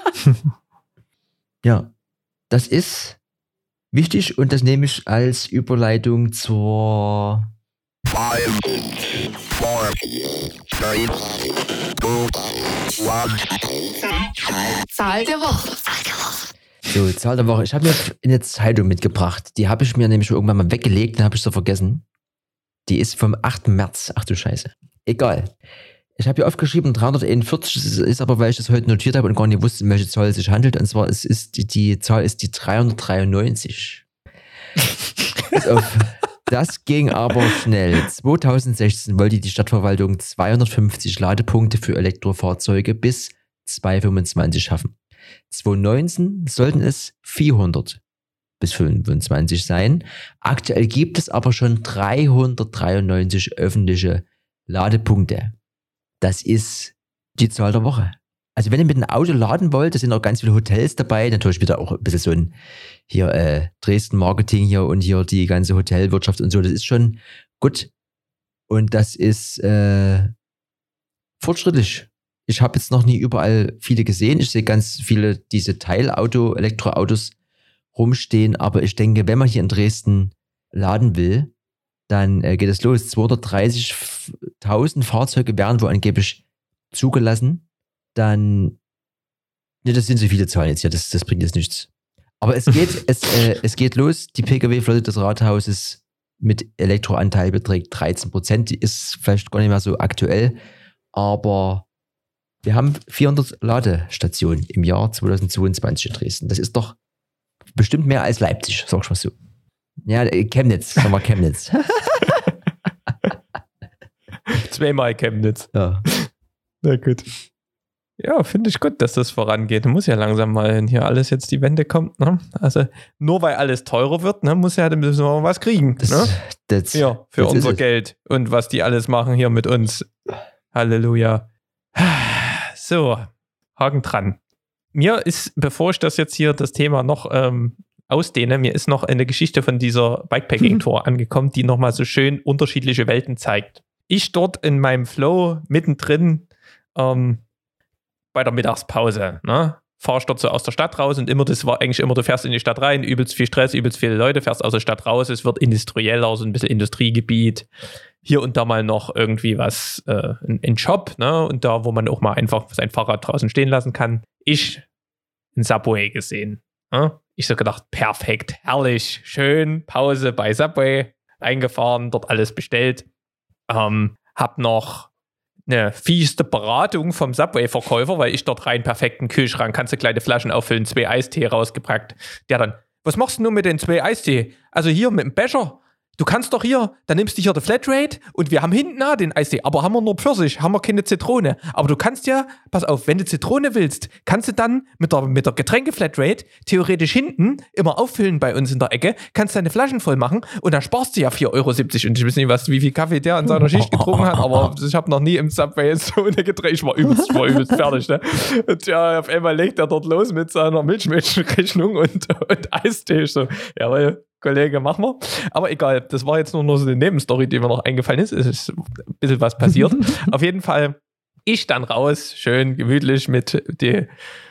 Ja, das ist wichtig und das nehme ich als Überleitung zur five, four, three, two, one. Zahl der Woche. So, Zahl der Woche. Ich habe mir eine Zeitung mitgebracht. Die habe ich mir nämlich irgendwann mal weggelegt, dann habe ich sie vergessen. Die ist vom achten März. Ach du Scheiße. Egal. Ich habe hier aufgeschrieben dreihunderteinundvierzig, das ist aber, weil ich das heute notiert habe und gar nicht wusste, um welche Zahl es sich handelt. Und zwar es ist die, die Zahl ist die dreihundertdreiundneunzig. auf, das ging aber schnell. zweitausendsechzehn wollte die Stadtverwaltung zweihundertfünfzig Ladepunkte für Elektrofahrzeuge bis zweitausendfünfundzwanzig schaffen. zweitausendneunzehn sollten es vierhundert bis fünfundzwanzig sein. Aktuell gibt es aber schon dreihundertdreiundneunzig öffentliche Ladepunkte. Das ist die Zahl der Woche. Also wenn ihr mit einem Auto laden wollt, da sind auch ganz viele Hotels dabei, natürlich wieder auch ein bisschen so ein hier äh, Dresden-Marketing hier und hier die ganze Hotelwirtschaft und so, das ist schon gut. Und das ist äh, fortschrittlich. Ich habe jetzt noch nie überall viele gesehen. Ich sehe ganz viele diese Teilauto, Elektroautos rumstehen, aber ich denke, wenn man hier in Dresden laden will, dann äh, geht es los. zweihundertdreißigtausend Fahrzeuge werden wohl angeblich zugelassen. Dann, ne, das sind so viele Zahlen jetzt hier, das, das bringt jetzt nichts. Aber es geht, es, äh, es geht los. Die P K W-Flotte des Rathauses mit Elektroanteil beträgt dreizehn Prozent. Die ist vielleicht gar nicht mehr so aktuell, aber wir haben vierhundert Ladestationen im Jahr zweitausendzweiundzwanzig in Dresden. Das ist doch bestimmt mehr als Leipzig, sag ich mal so. Ja, Chemnitz, sagen wir Chemnitz. Zweimal Chemnitz. Ja. Na gut. Ja, finde ich gut, dass das vorangeht. Muss ja langsam mal, wenn hier alles jetzt die Wende kommt. Ne? Also nur weil alles teurer wird, ne, muss ja, dann müssen wir mal was kriegen. Das, ne? das, ja, für das unser Geld und was die alles machen hier mit uns. Halleluja. So, Haken dran. Mir ist, bevor ich das jetzt hier, das Thema noch ähm, ausdehne, mir ist noch eine Geschichte von dieser Bikepacking-Tour angekommen, die nochmal so schön unterschiedliche Welten zeigt. Ich dort in meinem Flow mittendrin ähm, bei der Mittagspause, ne, fahre ich dort so aus der Stadt raus und immer, das war eigentlich immer, du fährst in die Stadt rein, übelst viel Stress, übelst viele Leute, fährst aus der Stadt raus, es wird industrieller, so ein bisschen Industriegebiet, hier und da mal noch irgendwie was, äh, ein, ein Shop, ne, und da, wo man auch mal einfach sein Fahrrad draußen stehen lassen kann. Ich ein Subway gesehen. Ne? Ich so gedacht, perfekt, herrlich, schön, Pause bei Subway, eingefahren, dort alles bestellt, ähm, hab noch eine fieste Beratung vom Subway-Verkäufer, weil ich dort rein perfekten Kühlschrank, kannst du kleine Flaschen auffüllen, zwei Eistee rausgepackt. Der dann, was machst du nun mit den zwei Eistee? Also hier mit dem Becher, du kannst doch hier, dann nimmst du hier die Flatrate und wir haben hinten auch den Eistee, aber haben wir nur Pfirsich, haben wir keine Zitrone. Aber du kannst ja, pass auf, wenn du Zitrone willst, kannst du dann mit der, mit der Getränke-Flatrate theoretisch hinten immer auffüllen bei uns in der Ecke, kannst deine Flaschen voll machen und dann sparst du ja vier Euro siebzig und ich weiß nicht, was, wie viel Kaffee der in seiner Schicht getrunken hat, aber ich habe noch nie im Subway so eine Getränke, ich war übelst, war übelst fertig, ne? Und ja, auf einmal legt er dort los mit seiner Milchmädchenrechnung und, und Eistee. Ich so, jawohl, Kollege, mach mal. Aber egal, das war jetzt nur, nur so eine Nebenstory, die mir noch eingefallen ist. Es ist ein bisschen was passiert. Auf jeden Fall, ich dann raus, schön gemütlich mit die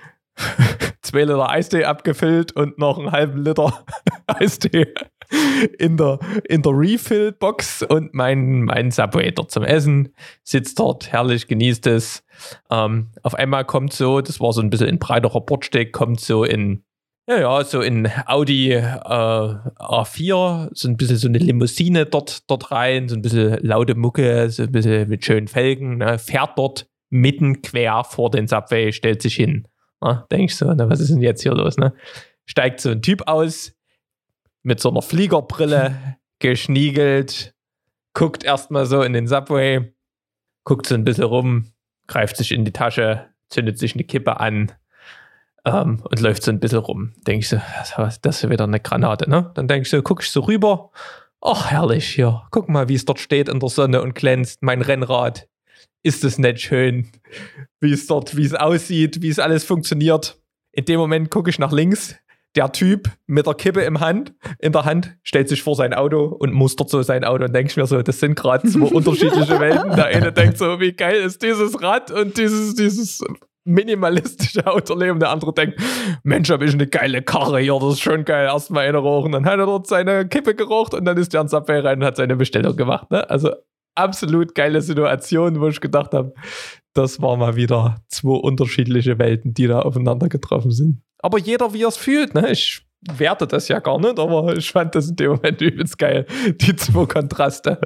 zwei Liter Eistee abgefüllt und noch einen halben Liter Eistee in der, in der Refill-Box und mein, mein Subway dort zum Essen. Sitzt dort, herrlich, genießt es. Ähm, auf einmal kommt so, das war so ein bisschen ein breiterer Bordsteig, kommt so in Ja, ja, so in Audi äh, A vier, so ein bisschen so eine Limousine dort, dort rein, so ein bisschen laute Mucke, so ein bisschen mit schönen Felgen, ne, fährt dort mitten quer vor den Subway, stellt sich hin. Ne, denk ich so, ne, was ist denn jetzt hier los? Ne? Steigt so ein Typ aus, mit so einer Fliegerbrille, geschniegelt, guckt erstmal so in den Subway, guckt so ein bisschen rum, greift sich in die Tasche, zündet sich eine Kippe an, Um, und läuft so ein bisschen rum. Denke ich so, das ist wieder eine Granate, ne? Dann denke ich so, guck ich so rüber. Ach, herrlich hier. Guck mal, wie es dort steht in der Sonne und glänzt. Mein Rennrad. Ist es nicht schön, wie es dort, wie es aussieht, wie es alles funktioniert. In dem Moment gucke ich nach links. Der Typ mit der Kippe im Hand, in der Hand stellt sich vor sein Auto und mustert so sein Auto und denke ich mir so, das sind gerade zwei unterschiedliche Welten. Der eine denkt so, wie geil ist dieses Rad und dieses, dieses minimalistische Autoleben. Der andere denkt, Mensch, hab ich eine geile Karre hier, das ist schon geil. Erstmal eine rauchen. Dann hat er dort seine Kippe geraucht und dann ist der ins Subway rein und hat seine Bestellung gemacht. Ne? Also absolut geile Situation, wo ich gedacht habe, das war mal wieder zwei unterschiedliche Welten, die da aufeinander getroffen sind. Aber jeder, wie er es fühlt. Ne? Ich werte das ja gar nicht, aber ich fand das in dem Moment übelst geil. Die zwei Kontraste.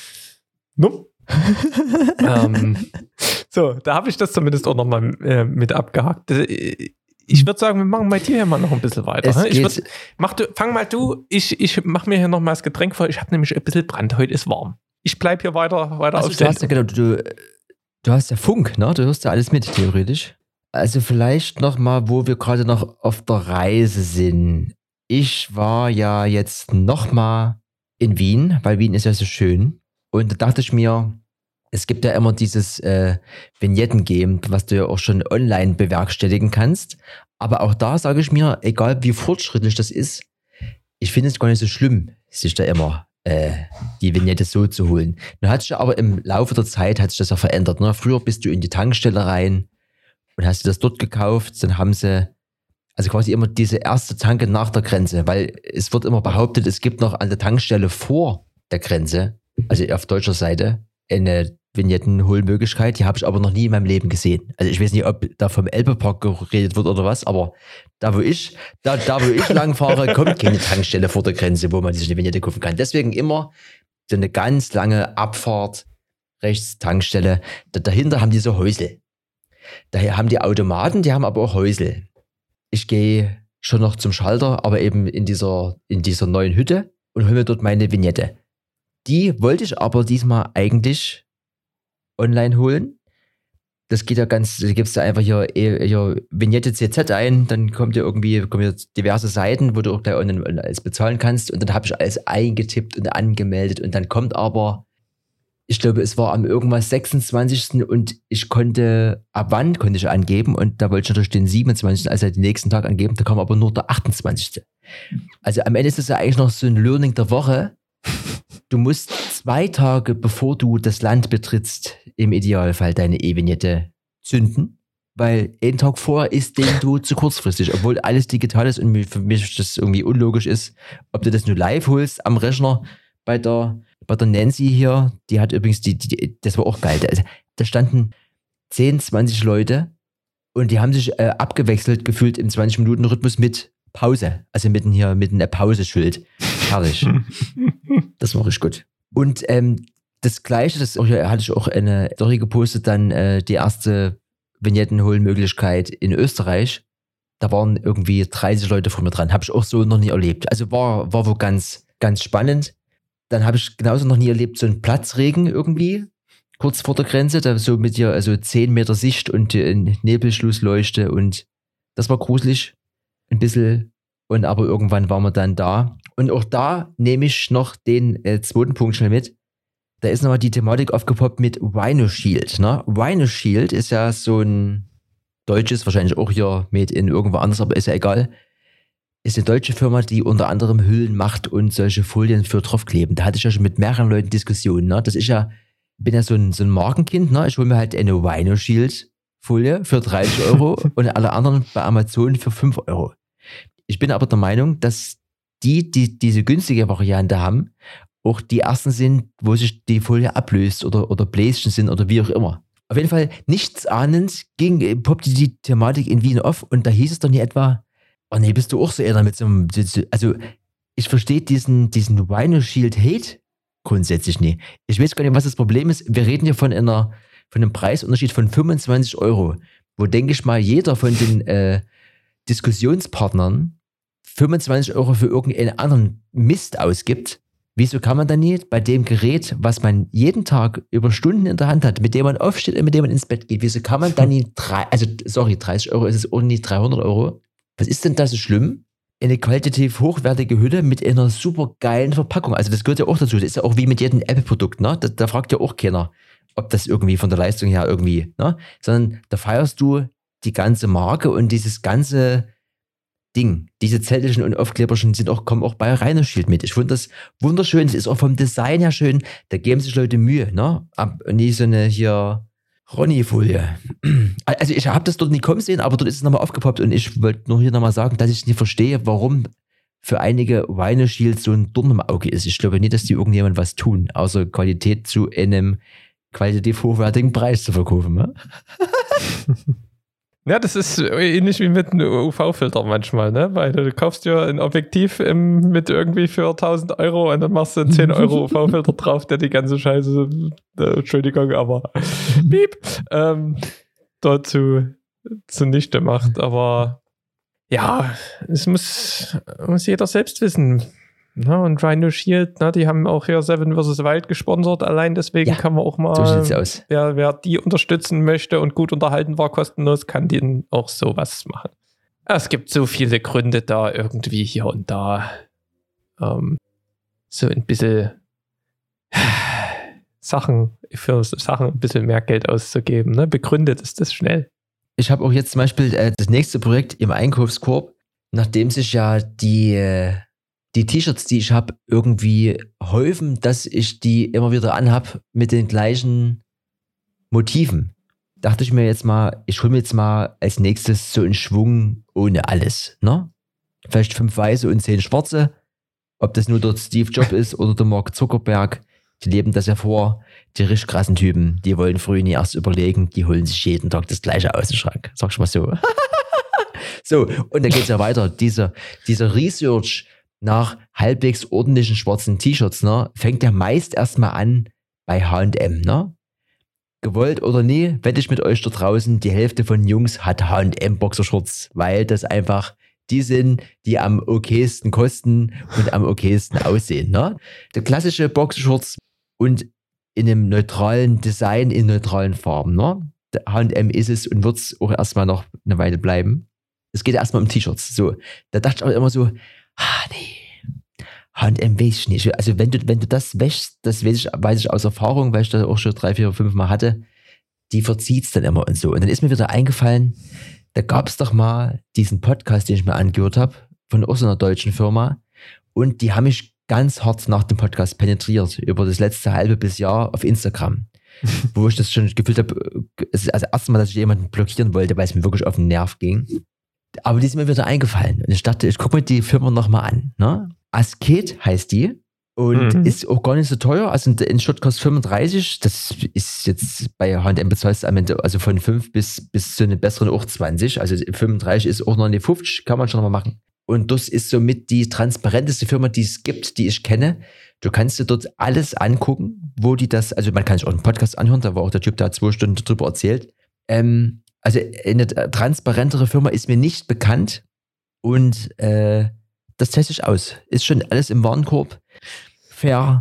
No? ähm, so, da habe ich das zumindest auch nochmal äh, mit abgehakt. Ich würde sagen, wir machen bei dir hier mal noch ein bisschen weiter. Es Ich würd, mach du, fang mal du, ich, ich mache mir hier nochmal das Getränk voll. Ich habe nämlich ein bisschen Brand, heute ist warm. Ich bleibe hier weiter, weiter also, auf du hast ja, genau, du, du hast ja Funk, ne? Du hörst ja alles mit, theoretisch. Also vielleicht nochmal, wo wir gerade noch auf der Reise sind. Ich war ja jetzt nochmal in Wien, weil Wien ist ja so schön. Und da dachte ich mir, es gibt ja immer dieses äh, Vignetten-Game, was du ja auch schon online bewerkstelligen kannst. Aber auch da sage ich mir, egal wie fortschrittlich das ist, ich finde es gar nicht so schlimm, sich da immer äh, die Vignette so zu holen. Nun hat sich ja aber im Laufe der Zeit hat sich das ja verändert. Ne? Früher bist du in die Tankstelle rein und hast du das dort gekauft, dann haben sie also quasi immer diese erste Tanke nach der Grenze, weil es wird immer behauptet, es gibt noch an der Tankstelle vor der Grenze, also auf deutscher Seite, eine Vignettenholmöglichkeit, die habe ich aber noch nie in meinem Leben gesehen. Also ich weiß nicht, ob da vom Elbepark geredet wird oder was, aber da wo ich, da, da wo ich lang fahre, kommt keine Tankstelle vor der Grenze, wo man sich eine Vignette kaufen kann. Deswegen immer so eine ganz lange Abfahrt, rechts Tankstelle. Da, dahinter haben die so Häusel. Daher haben die Automaten, die haben aber auch Häusel. Ich gehe schon noch zum Schalter, aber eben in dieser, in dieser neuen Hütte und hole mir dort meine Vignette. Die wollte ich aber diesmal eigentlich online holen. Das geht ja ganz, da gibst du einfach hier, hier Vignette C Z ein, dann kommt ja irgendwie, kommen ja diverse Seiten, wo du auch gleich online alles bezahlen kannst und dann habe ich alles eingetippt und angemeldet und dann kommt aber, ich glaube, es war am irgendwas sechsundzwanzigsten und ich konnte, ab wann konnte ich angeben und da wollte ich natürlich den siebenundzwanzigsten also den nächsten Tag angeben, da kam aber nur der achtundzwanzigste Also am Ende ist das ja eigentlich noch so ein Learning der Woche. Du musst zwei Tage, bevor du das Land betrittst, im Idealfall deine E-Vignette zünden, weil einen Tag vorher ist den du zu kurzfristig, obwohl alles digital ist und für mich das irgendwie unlogisch ist, ob du das nur live holst am Rechner bei der, bei der Nancy hier, die hat übrigens, die, die das war auch geil, da, da standen zehn, zwanzig Leute und die haben sich äh, abgewechselt gefühlt im zwanzig-Minuten-Rhythmus mit Pause, also mitten hier, mitten ein Pauseschild. Herrlich. Das war richtig gut. Und ähm, das Gleiche, das auch, hatte ich auch eine Story gepostet, dann äh, die erste Vignettenholmöglichkeit in Österreich. Da waren irgendwie dreißig Leute vor mir dran. Habe ich auch so noch nie erlebt. Also war, war wohl ganz, ganz spannend. Dann habe ich genauso noch nie erlebt, so einen Platzregen irgendwie, kurz vor der Grenze, da so mit dir, also zehn Meter Sicht und äh, Nebelschlussleuchte und das war gruselig. Ein bisschen. Und aber irgendwann waren wir dann da. Und auch da nehme ich noch den äh, zweiten Punkt schnell mit. Da ist nochmal die Thematik aufgepoppt mit Rhino Shield. Ne? Rhino Shield ist ja so ein deutsches, wahrscheinlich auch hier made in irgendwo anders, aber ist ja egal. Ist eine deutsche Firma, die unter anderem Hüllen macht und solche Folien für draufkleben. Da hatte ich ja schon mit mehreren Leuten Diskussionen. Ne? Das ist ja, bin ja so ein, so ein Markenkind. Ne? Ich hole mir halt eine Rhino Shield Folie für dreißig Euro und alle anderen bei Amazon für fünf Euro. Ich bin aber der Meinung, dass die, die diese günstige Variante haben, auch die ersten sind, wo sich die Folie ablöst oder, oder Bläschen sind oder wie auch immer. Auf jeden Fall nichts ahnend ging, poppte die Thematik in Wien auf und da hieß es doch nie etwa, oh nee, bist du auch so eher damit, also ich verstehe diesen, diesen Rhino Shield Hate grundsätzlich nie. Ich weiß gar nicht, was das Problem ist. Wir reden hier von einer, von einem Preisunterschied von fünfundzwanzig Euro, wo denke ich mal jeder von den äh, Diskussionspartnern fünfundzwanzig Euro für irgendeinen anderen Mist ausgibt. Wieso kann man dann nicht bei dem Gerät, was man jeden Tag über Stunden in der Hand hat, mit dem man aufsteht und mit dem man ins Bett geht, wieso kann man dann nicht, drei, also sorry, dreißig Euro ist es auch nicht dreihundert Euro. Was ist denn da so schlimm? Eine qualitativ hochwertige Hülle mit einer super geilen Verpackung. Also das gehört ja auch dazu. Das ist ja auch wie mit jedem Apple-Produkt, ne? Da, da fragt ja auch keiner, ob das irgendwie von der Leistung her irgendwie, ne? Sondern da feierst du die ganze Marke und dieses ganze Ding. Diese Zettelchen und Aufkleberchen sind auch, kommen auch bei Rhino Shield mit. Ich finde das wunderschön. Das ist auch vom Design her schön. Da geben sich Leute Mühe, ne? Ab, nie so eine hier Ronny-Folie. Also ich habe das dort nie kommen sehen, aber dort ist es nochmal aufgepoppt und ich wollte nur hier nochmal sagen, dass ich nicht verstehe, warum für einige Rhino Shield so ein Dorn im Auge ist. Ich glaube nicht, dass die irgendjemand was tun, außer Qualität zu einem qualitativ hochwertigen Preis zu verkaufen. Ne? Ja, das ist ähnlich wie mit einem U V-Filter manchmal, ne? Weil du kaufst ja ein Objektiv im, mit irgendwie für tausend Euro und dann machst du einen zehn Euro U V-Filter drauf, der die ganze Scheiße, äh, Entschuldigung, aber piep, ähm, dazu zunichte macht. Aber ja, es muss, muss jeder selbst wissen. Na, und Rhino Shield, na, die haben auch hier Seven versus. Wild gesponsert. Allein deswegen ja, kann man auch mal, so sieht's aus. Wer, wer die unterstützen möchte und gut unterhalten war, kostenlos, kann denen auch sowas machen. Es gibt so viele Gründe da irgendwie hier und da ähm, so ein bisschen Sachen für Sachen ein bisschen mehr Geld auszugeben. Ne? Begründet ist das schnell. Ich habe auch jetzt zum Beispiel äh, das nächste Projekt im Einkaufskorb, nachdem sich ja die äh, die T-Shirts, die ich habe, irgendwie häufen, dass ich die immer wieder anhab mit den gleichen Motiven. Dachte ich mir jetzt mal, ich hole mir jetzt mal als nächstes so einen Schwung ohne alles. Ne? Vielleicht fünf weiße und zehn schwarze. Ob das nur dort Steve Jobs ist oder der Mark Zuckerberg, Die leben das ja vor. Die richtig krassen Typen, die wollen früh nie erst überlegen, die holen sich jeden Tag das Gleiche aus dem Schrank. Sag ich mal so. So, und dann geht es ja weiter. Dieser, dieser Research nach halbwegs ordentlichen schwarzen T-Shirts, ne, fängt ja meist erstmal an bei H und M, ne? Gewollt oder nie, wette ich mit euch da draußen, die Hälfte von Jungs hat H und M Boxershorts, weil das einfach die sind, die am okaysten kosten und am okaysten aussehen, ne? Der klassische Boxershorts und in einem neutralen Design, in neutralen Farben, ne? Der H und M ist es und wird es auch erstmal noch eine Weile bleiben. Es geht ja erstmal um T-Shirts, so. Da dachte ich auch immer so, ah, nee, H und M weiß ich nicht. Also wenn du, wenn du das wäschst, das weiß ich, weiß ich aus Erfahrung, weil ich das auch schon drei, vier, fünf Mal hatte, die verzieht es dann immer und so. Und dann ist mir wieder eingefallen, da gab es doch mal diesen Podcast, den ich mir angehört habe, von auch so einer deutschen Firma. Und die haben mich ganz hart nach dem Podcast penetriert, über das letzte halbe bis Jahr auf Instagram. Wo ich das schon gefühlt habe, es ist das erste Mal, dass ich jemanden blockieren wollte, weil es mir wirklich auf den Nerv ging. Aber die ist mir wieder eingefallen. Und ich dachte, ich gucke mir die Firma nochmal an. Ne? Asket heißt die. Und mhm. ist auch gar nicht so teuer. Also ein Shirt kostet fünfunddreißig. Das ist jetzt bei H und M bezahlst du am Ende also von fünf bis, bis zu einem besseren auch zwanzig. Also fünfunddreißig ist auch noch eine fünfzig, kann man schon noch mal machen. Und das ist somit die transparenteste Firma, die es gibt, die ich kenne. Du kannst dir dort alles angucken, wo die das, also man kann sich auch einen Podcast anhören, da war auch der Typ, der hat zwei Stunden drüber erzählt. Ähm, also eine transparentere Firma ist mir nicht bekannt und äh, das teste ich aus. Ist schon alles im Warenkorb. Fair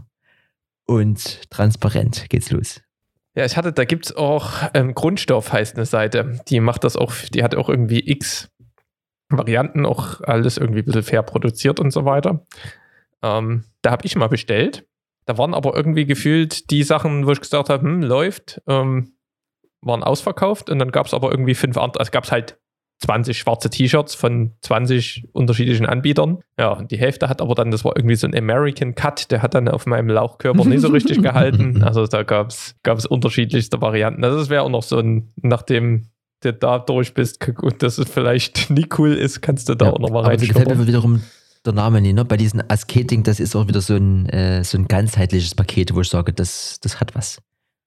und transparent geht's los. Ja, ich hatte, da gibt es auch ähm, Grundstoff heißt eine Seite, die macht das auch, die hat auch irgendwie x Varianten, auch alles irgendwie ein bisschen fair produziert und so weiter. Ähm, da habe ich mal bestellt. Da waren aber irgendwie gefühlt die Sachen, wo ich gesagt habe, hm, läuft, ähm, waren ausverkauft und dann gab es aber irgendwie fünf andere, also gab es halt zwanzig schwarze T-Shirts von zwanzig unterschiedlichen Anbietern. Ja, und die Hälfte hat aber dann, das war irgendwie so ein American Cut, der hat dann auf meinem Lauchkörper nicht so richtig gehalten. Also da gab es unterschiedlichste Varianten. Also das wäre auch noch so ein, nachdem du da durch bist und dass es vielleicht nie cool ist, kannst du da ja, auch nochmal rein. Aber gefällt mir wiederum der Name nicht, ne? Bei diesen Asketing, das ist auch wieder so ein, äh, so ein ganzheitliches Paket, wo ich sage, das, das hat was.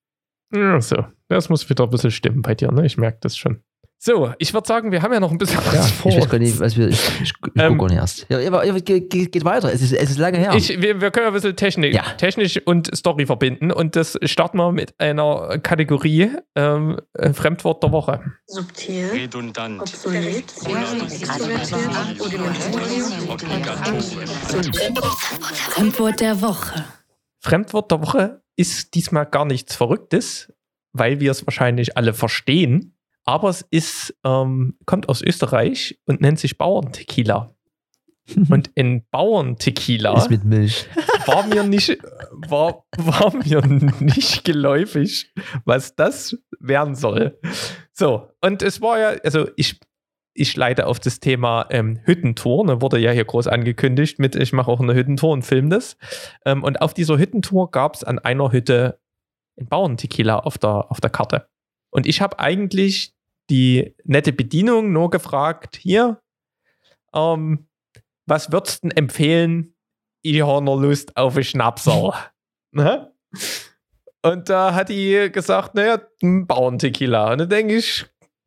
Ja, so. Das muss wieder ein bisschen stimmen bei dir, ne? Ich merke das schon. So, ich würde sagen, wir haben ja noch ein bisschen ja, was vor. Ich weiß gar nicht, was wir, ich, ich, ich ähm, gucke gar nicht erst. Ja, aber geht, geht weiter, es ist, es ist lange her. Ich, wir, wir können ja ein bisschen Technik, ja. technisch und Story verbinden und das starten wir mit einer Kategorie ähm, Fremdwort der Woche. Subtil, redundant, obsolet, Fremdwort der Woche. Fremdwort der Woche ist diesmal gar nichts Verrücktes, weil wir es wahrscheinlich alle verstehen. Aber es ist, ähm, kommt aus Österreich und nennt sich Bauerntequila. Und in Bauerntequila ist mit Milch. War mir nicht, war, war mir nicht geläufig, was das werden soll. So, und es war ja, also ich, ich leite auf das Thema ähm, Hüttentour, ne, wurde ja hier groß angekündigt mit, ich mache auch eine Hüttentour und filme das. Ähm, und auf dieser Hüttentour gab es an einer Hütte einen Bauerntequila auf der, auf der Karte. Und ich habe eigentlich die nette Bedienung nur gefragt, hier, ähm, was würdest du denn empfehlen? Ich habe noch Lust auf einen Schnapsal. Ne? Und da hat die gesagt, naja, ein Bauerntequila. Und dann denke ich,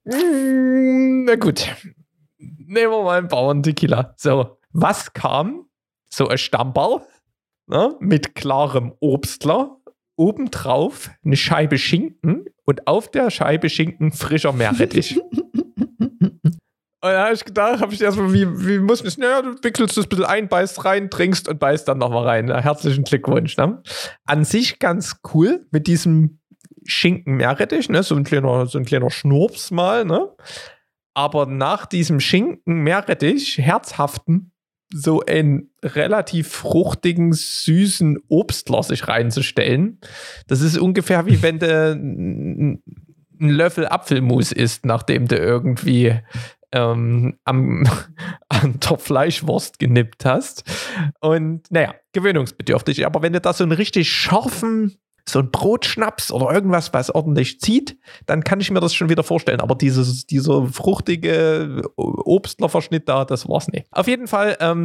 mm, na gut, nehmen wir mal einen Bauerntequila. So, was kam? So ein Stammball, ne, mit klarem Obstler. Obendrauf eine Scheibe Schinken und auf der Scheibe Schinken frischer Meerrettich. Und da habe ich gedacht, habe ich erstmal, wie, wie muss ich das? Naja, du wickelst das ein bisschen ein, beißt rein, trinkst und beißt dann nochmal rein. Herzlichen Glückwunsch. Ne? An sich ganz cool mit diesem Schinken Meerrettich, ne? so, ein kleiner, so ein kleiner Schnurps mal. Ne? Aber nach diesem Schinken Meerrettich, herzhaften, so einen relativ fruchtigen, süßen Obstler sich reinzustellen. Das ist ungefähr wie wenn du einen Löffel Apfelmus isst, nachdem du irgendwie ähm, am, an der Fleischwurst genippt hast. Und naja, gewöhnungsbedürftig. Aber wenn du da so einen richtig scharfen, so ein Brotschnaps oder irgendwas, was ordentlich zieht, dann kann ich mir das schon wieder vorstellen. Aber dieses, dieser fruchtige Obstlerverschnitt da, das war's nicht. Auf jeden Fall, ähm,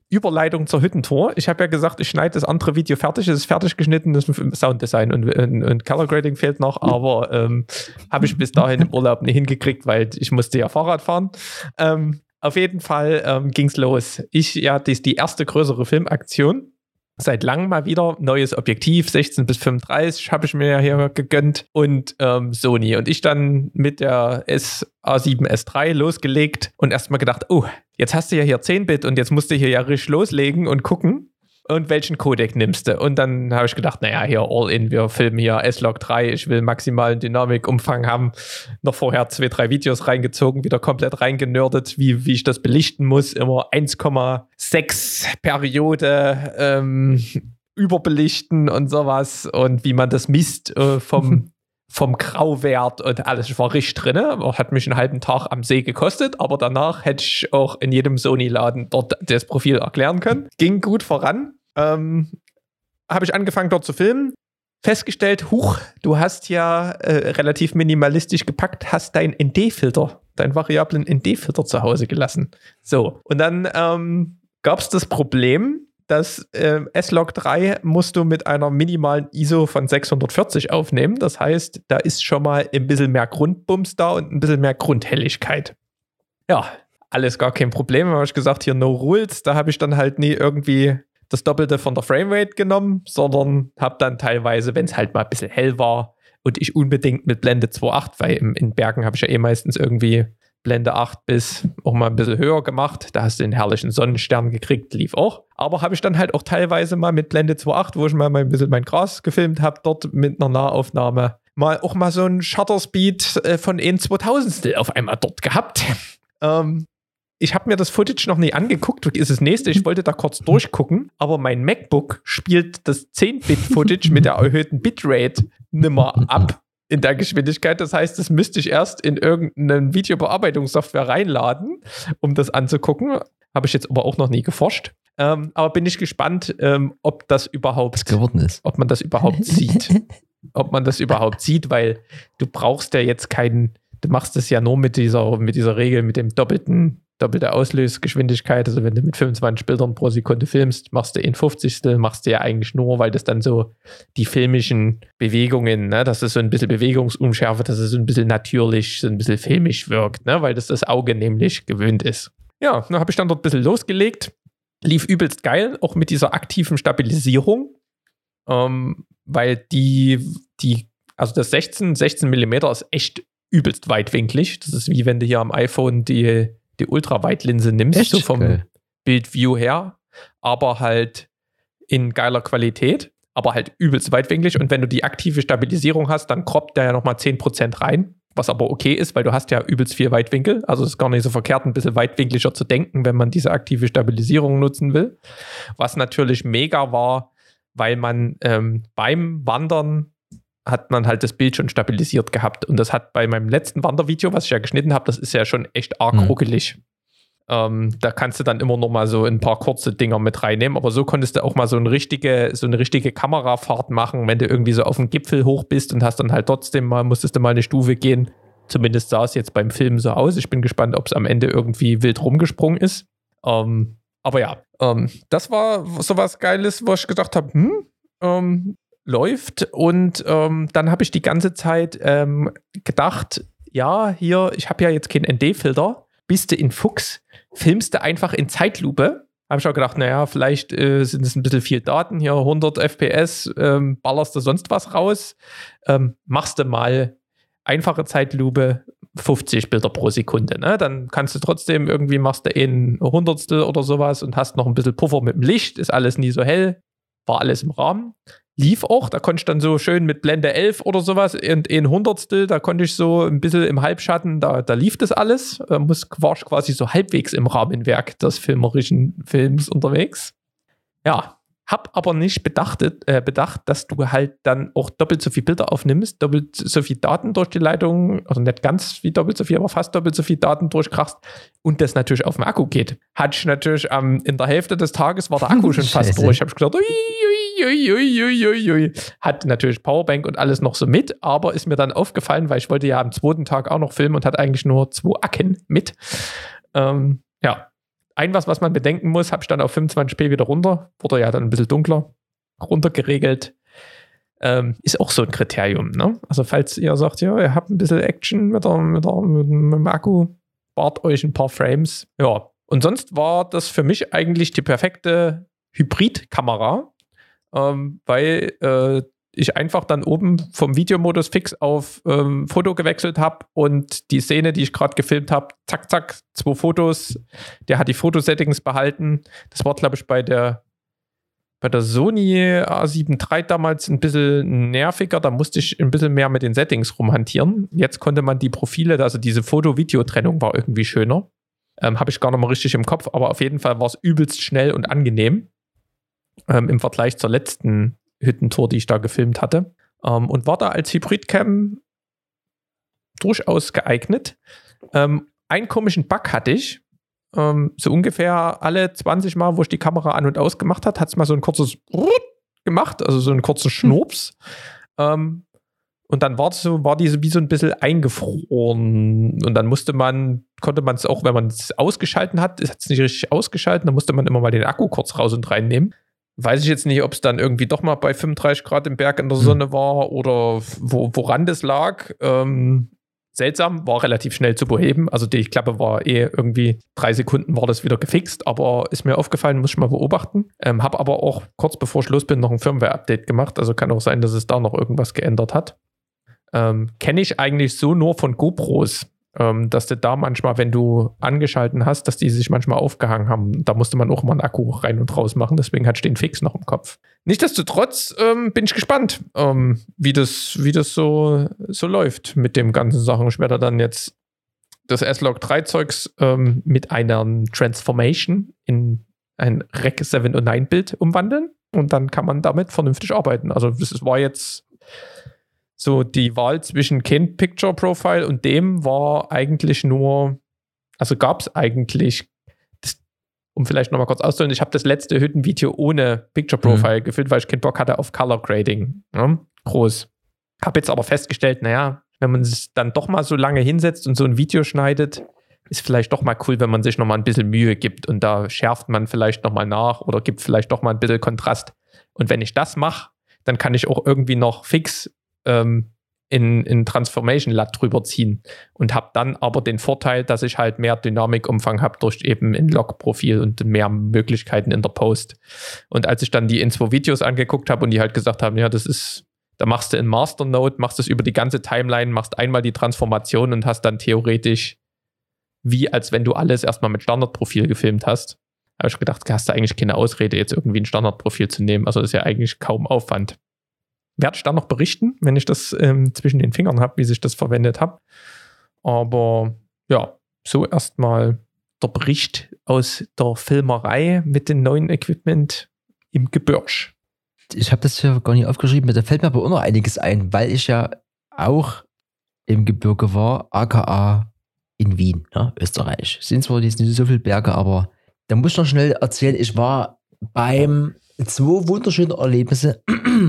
Überleitung zur Hüttentour. Ich habe ja gesagt, ich schneide das andere Video fertig, es ist fertig geschnitten, das Sounddesign und, und, und Color Grading fehlt noch, aber ähm, habe ich bis dahin im Urlaub nicht hingekriegt, weil ich musste ja Fahrrad fahren. Ähm, auf jeden Fall ähm, ging's los. Ich, ja, das ist die erste größere Filmaktion. Seit langem mal wieder neues Objektiv, sechzehn bis fünfunddreißig habe ich mir ja hier gegönnt und ähm, Sony. Und ich dann mit der A sieben S drei losgelegt und erstmal gedacht, oh, jetzt hast du ja hier zehn Bit und jetzt musst du hier ja richtig loslegen und gucken. Und welchen Codec nimmst du? Und dann habe ich gedacht, naja, hier All-In, wir filmen hier S-Log drei, ich will maximalen Dynamikumfang haben. Noch vorher zwei, drei Videos reingezogen, wieder komplett reingenördet, wie, wie ich das belichten muss. Immer eins Komma sechs Periode ähm, überbelichten und sowas und wie man das misst äh, vom, vom Grauwert und alles. Ich war richtig drin, hat mich einen halben Tag am See gekostet, aber danach hätte ich auch in jedem Sony-Laden dort das Profil erklären können. Ging gut voran. Ähm, habe ich angefangen dort zu filmen, festgestellt, huch, du hast ja äh, relativ minimalistisch gepackt, hast deinen N D-Filter, deinen variablen N D-Filter zu Hause gelassen. So, und dann ähm, gab es das Problem, dass äh, S-Log drei musst du mit einer minimalen I S O von sechshundertvierzig aufnehmen. Das heißt, da ist schon mal ein bisschen mehr Grundbums da und ein bisschen mehr Grundhelligkeit. Ja, alles gar kein Problem. Da habe ich gesagt, hier no rules. Da habe ich dann halt nie irgendwie das Doppelte von der Framerate genommen, sondern habe dann teilweise, wenn es halt mal ein bisschen hell war und ich unbedingt mit Blende zwei Komma acht, weil im, in Bergen habe ich ja eh meistens irgendwie Blende acht bis auch mal ein bisschen höher gemacht. Da hast du den herrlichen Sonnenstern gekriegt, lief auch. Aber habe ich dann halt auch teilweise mal mit Blende zwei Komma acht, wo ich mal ein bisschen mein Gras gefilmt habe, dort mit einer Nahaufnahme, mal auch mal so einen Shutter Speed von ein Zweitausendstel auf einmal dort gehabt. ähm, Ich habe mir das Footage noch nie angeguckt, ist das nächste, ich wollte da kurz durchgucken, aber mein MacBook spielt das zehn Bit Footage mit der erhöhten Bitrate nimmer ab in der Geschwindigkeit. Das heißt, das müsste ich erst in irgendeine Videobearbeitungssoftware reinladen, um das anzugucken. Habe ich jetzt aber auch noch nie geforscht. Ähm, aber bin ich gespannt, ähm, ob das überhaupt geworden ist. Ob man das überhaupt sieht. Ob man das überhaupt sieht, weil du brauchst ja jetzt keinen, du machst es ja nur mit dieser, mit dieser Regel, mit dem doppelten doppelte Auslösgeschwindigkeit, also wenn du mit fünfundzwanzig Bildern pro Sekunde filmst, machst du ein Fünfzigstel, machst du ja eigentlich nur, weil das dann so die filmischen Bewegungen, ne, dass es so ein bisschen Bewegungsunschärfe, dass es so ein bisschen natürlich, so ein bisschen filmisch wirkt, ne, weil das das Auge nämlich gewöhnt ist. Ja, dann habe ich dann dort ein bisschen losgelegt, lief übelst geil, auch mit dieser aktiven Stabilisierung, ähm, weil die, die, also das sechzehn Millimeter ist echt übelst weitwinklig. Das ist wie wenn du hier am iPhone die die Ultraweitlinse nimmst, echt? So vom geil. Bildview her, aber halt in geiler Qualität, aber halt übelst weitwinklig. Und wenn du die aktive Stabilisierung hast, dann croppt der ja nochmal zehn Prozent rein, was aber okay ist, weil du hast ja übelst viel Weitwinkel. Also es ist gar nicht so verkehrt, ein bisschen weitwinkliger zu denken, wenn man diese aktive Stabilisierung nutzen will. Was natürlich mega war, weil man ähm, beim Wandern hat man halt das Bild schon stabilisiert gehabt. Und das hat bei meinem letzten Wandervideo, was ich ja geschnitten habe, das ist ja schon echt arg mhm. ruckelig. Ähm, da kannst du dann immer noch mal so ein paar kurze Dinger mit reinnehmen. Aber so konntest du auch mal so eine richtige, so eine richtige Kamerafahrt machen, wenn du irgendwie so auf dem Gipfel hoch bist und hast dann halt trotzdem mal, musstest du mal eine Stufe gehen. Zumindest sah es jetzt beim Filmen so aus. Ich bin gespannt, ob es am Ende irgendwie wild rumgesprungen ist. Ähm, aber ja, ähm, das war sowas Geiles, wo ich gedacht habe, hm, ähm, läuft und ähm, dann habe ich die ganze Zeit ähm, gedacht, ja, hier, ich habe ja jetzt keinen N D-Filter, bist du in Fuchs, filmst du einfach in Zeitlupe. Habe ich auch gedacht, naja, vielleicht äh, sind es ein bisschen viel Daten, hier hundert F P S, ähm, ballerst du sonst was raus, ähm, machst du mal einfache Zeitlupe, fünfzig Bilder pro Sekunde, ne? Dann kannst du trotzdem irgendwie, machst du ein Hundertstel oder sowas und hast noch ein bisschen Puffer mit dem Licht, ist alles nie so hell, war alles im Rahmen. Lief auch, da konnte ich dann so schön mit Blende elf oder sowas und ein Hundertstel, da konnte ich so ein bisschen im Halbschatten, da, da lief das alles. Da muss, war ich quasi so halbwegs im Rahmenwerk des filmerischen Films unterwegs. Ja, hab aber nicht bedachtet, äh, bedacht, dass du halt dann auch doppelt so viel Bilder aufnimmst, doppelt so viel Daten durch die Leitung, also nicht ganz wie doppelt so viel, aber fast doppelt so viel Daten durchkrachst und das natürlich auf dem Akku geht. Hatte ich natürlich ähm, in der Hälfte des Tages war der Akku schon fast durch. Hab ich gedacht, ui, ui, ui, ui, ui, ui, ui. Hatte natürlich Powerbank und alles noch so mit, aber ist mir dann aufgefallen, weil ich wollte ja am zweiten Tag auch noch filmen und hatte eigentlich nur zwei Acken mit. Ähm, ja. ein was, was man bedenken muss, habe ich dann auf fünfundzwanzig p wieder runter, wurde ja dann ein bisschen dunkler, runtergeregelt. Ähm, ist auch so ein Kriterium, ne? Also falls ihr sagt, ja, ihr habt ein bisschen Action mit, der, mit, der, mit dem Akku, spart euch ein paar Frames. Ja, und sonst war das für mich eigentlich die perfekte Hybrid-Kamera, ähm, weil äh, ich einfach dann oben vom Videomodus fix auf ähm, Foto gewechselt habe und die Szene, die ich gerade gefilmt habe, zack, zack, zwei Fotos. Der hat die Fotosettings behalten. Das war, glaube ich, bei der Bei der Sony A sieben drei damals ein bisschen nerviger, da musste ich ein bisschen mehr mit den Settings rumhantieren. Jetzt konnte man die Profile, also diese Foto-Video-Trennung war irgendwie schöner. Ähm, Habe ich gar nicht mal richtig im Kopf, aber auf jeden Fall war es übelst schnell und angenehm ähm, im Vergleich zur letzten Hüttentour, die ich da gefilmt hatte. Ähm, und war da als Hybrid-Cam durchaus geeignet. Ähm, einen komischen Bug hatte ich. Um, so ungefähr alle zwanzig Mal, wo ich die Kamera an- und ausgemacht habe, hat es mal so ein kurzes gemacht, also so einen kurzen Schnurps. Hm. Um, und dann war, so, war diese wie so ein bisschen eingefroren. Und dann musste man, konnte man es auch, wenn man es ausgeschalten hat, hat es nicht richtig ausgeschalten, dann musste man immer mal den Akku kurz raus und reinnehmen. Weiß ich jetzt nicht, ob es dann irgendwie doch mal bei fünfunddreißig Grad im Berg in der Sonne hm. war oder wo, woran das lag. Ähm, Seltsam, war relativ schnell zu beheben. Also die Klappe war eh irgendwie drei Sekunden war das wieder gefixt, aber ist mir aufgefallen, muss ich mal beobachten. Ähm, habe aber auch kurz bevor ich los bin noch ein Firmware-Update gemacht. Also kann auch sein, dass es da noch irgendwas geändert hat. Ähm, Kenne ich eigentlich so nur von GoPros, ähm, dass du da manchmal, wenn du angeschalten hast, dass die sich manchmal aufgehangen haben. Da musste man auch mal einen Akku rein und raus machen. Deswegen hatte ich den Fix noch im Kopf. Nichtsdestotrotz ähm, bin ich gespannt, ähm, wie das, wie das so, so läuft mit dem ganzen Sachen. Ich werde dann jetzt das S Log drei Zeugs ähm, mit einer Transformation in ein Rec sieben und neun Bild umwandeln und dann kann man damit vernünftig arbeiten. Also das war jetzt so die Wahl zwischen kein Picture Profile und dem war eigentlich nur, also gab es eigentlich, das, um vielleicht nochmal kurz auszuholen, ich habe das letzte Hüttenvideo ohne Picture Profile mhm. gefilmt, weil ich keinen Bock hatte auf Color Grading. Ja, groß. Habe jetzt aber festgestellt, naja, wenn man sich dann doch mal so lange hinsetzt und so ein Video schneidet, ist vielleicht doch mal cool, wenn man sich nochmal ein bisschen Mühe gibt und da schärft man vielleicht nochmal nach oder gibt vielleicht doch mal ein bisschen Kontrast. Und wenn ich das mache, dann kann ich auch irgendwie noch fix ähm, in, in Transformation L U T drüber ziehen und habe dann aber den Vorteil, dass ich halt mehr Dynamikumfang habe durch eben ein Log-Profil und mehr Möglichkeiten in der Post. Und als ich dann die in zwei Videos angeguckt habe und die halt gesagt haben, ja, das ist, da machst du in Masternode, machst das über die ganze Timeline, machst einmal die Transformation und hast dann theoretisch wie als wenn du alles erstmal mit Standardprofil gefilmt hast. Da habe ich gedacht, hast du eigentlich keine Ausrede, jetzt irgendwie ein Standardprofil zu nehmen. Also das ist ja eigentlich kaum Aufwand. Werde ich dann noch berichten, wenn ich das ähm, zwischen den Fingern habe, wie sich das verwendet habe. Aber ja, so erstmal der Bericht aus der Filmerei mit dem neuen Equipment im Gebirge. Ich habe das hier gar nicht aufgeschrieben, da fällt mir aber auch noch einiges ein, weil ich ja auch im Gebirge war, aka in Wien, ne, Österreich. Es sind zwar jetzt nicht so viele Berge, aber da muss ich noch schnell erzählen, ich war beim zwei wunderschönen Erlebnisse.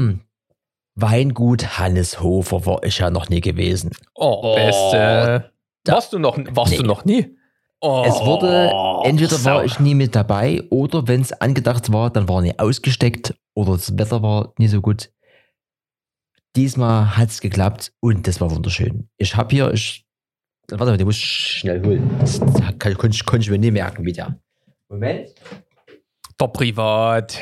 Weingut Hanneshofer war ich ja noch nie gewesen. Oh, beste. Da, warst du noch, warst nee. du noch nie? Oh, es wurde, entweder Sau. war ich nie mit dabei oder wenn es angedacht war, dann war nie ausgesteckt oder das Wetter war nie so gut. Diesmal hat es geklappt und das war wunderschön. Ich habe hier, ich, warte mal, den muss ich schnell holen. Das kann, konnte, ich, konnte ich mir nie merken wieder. Moment. Der Privat.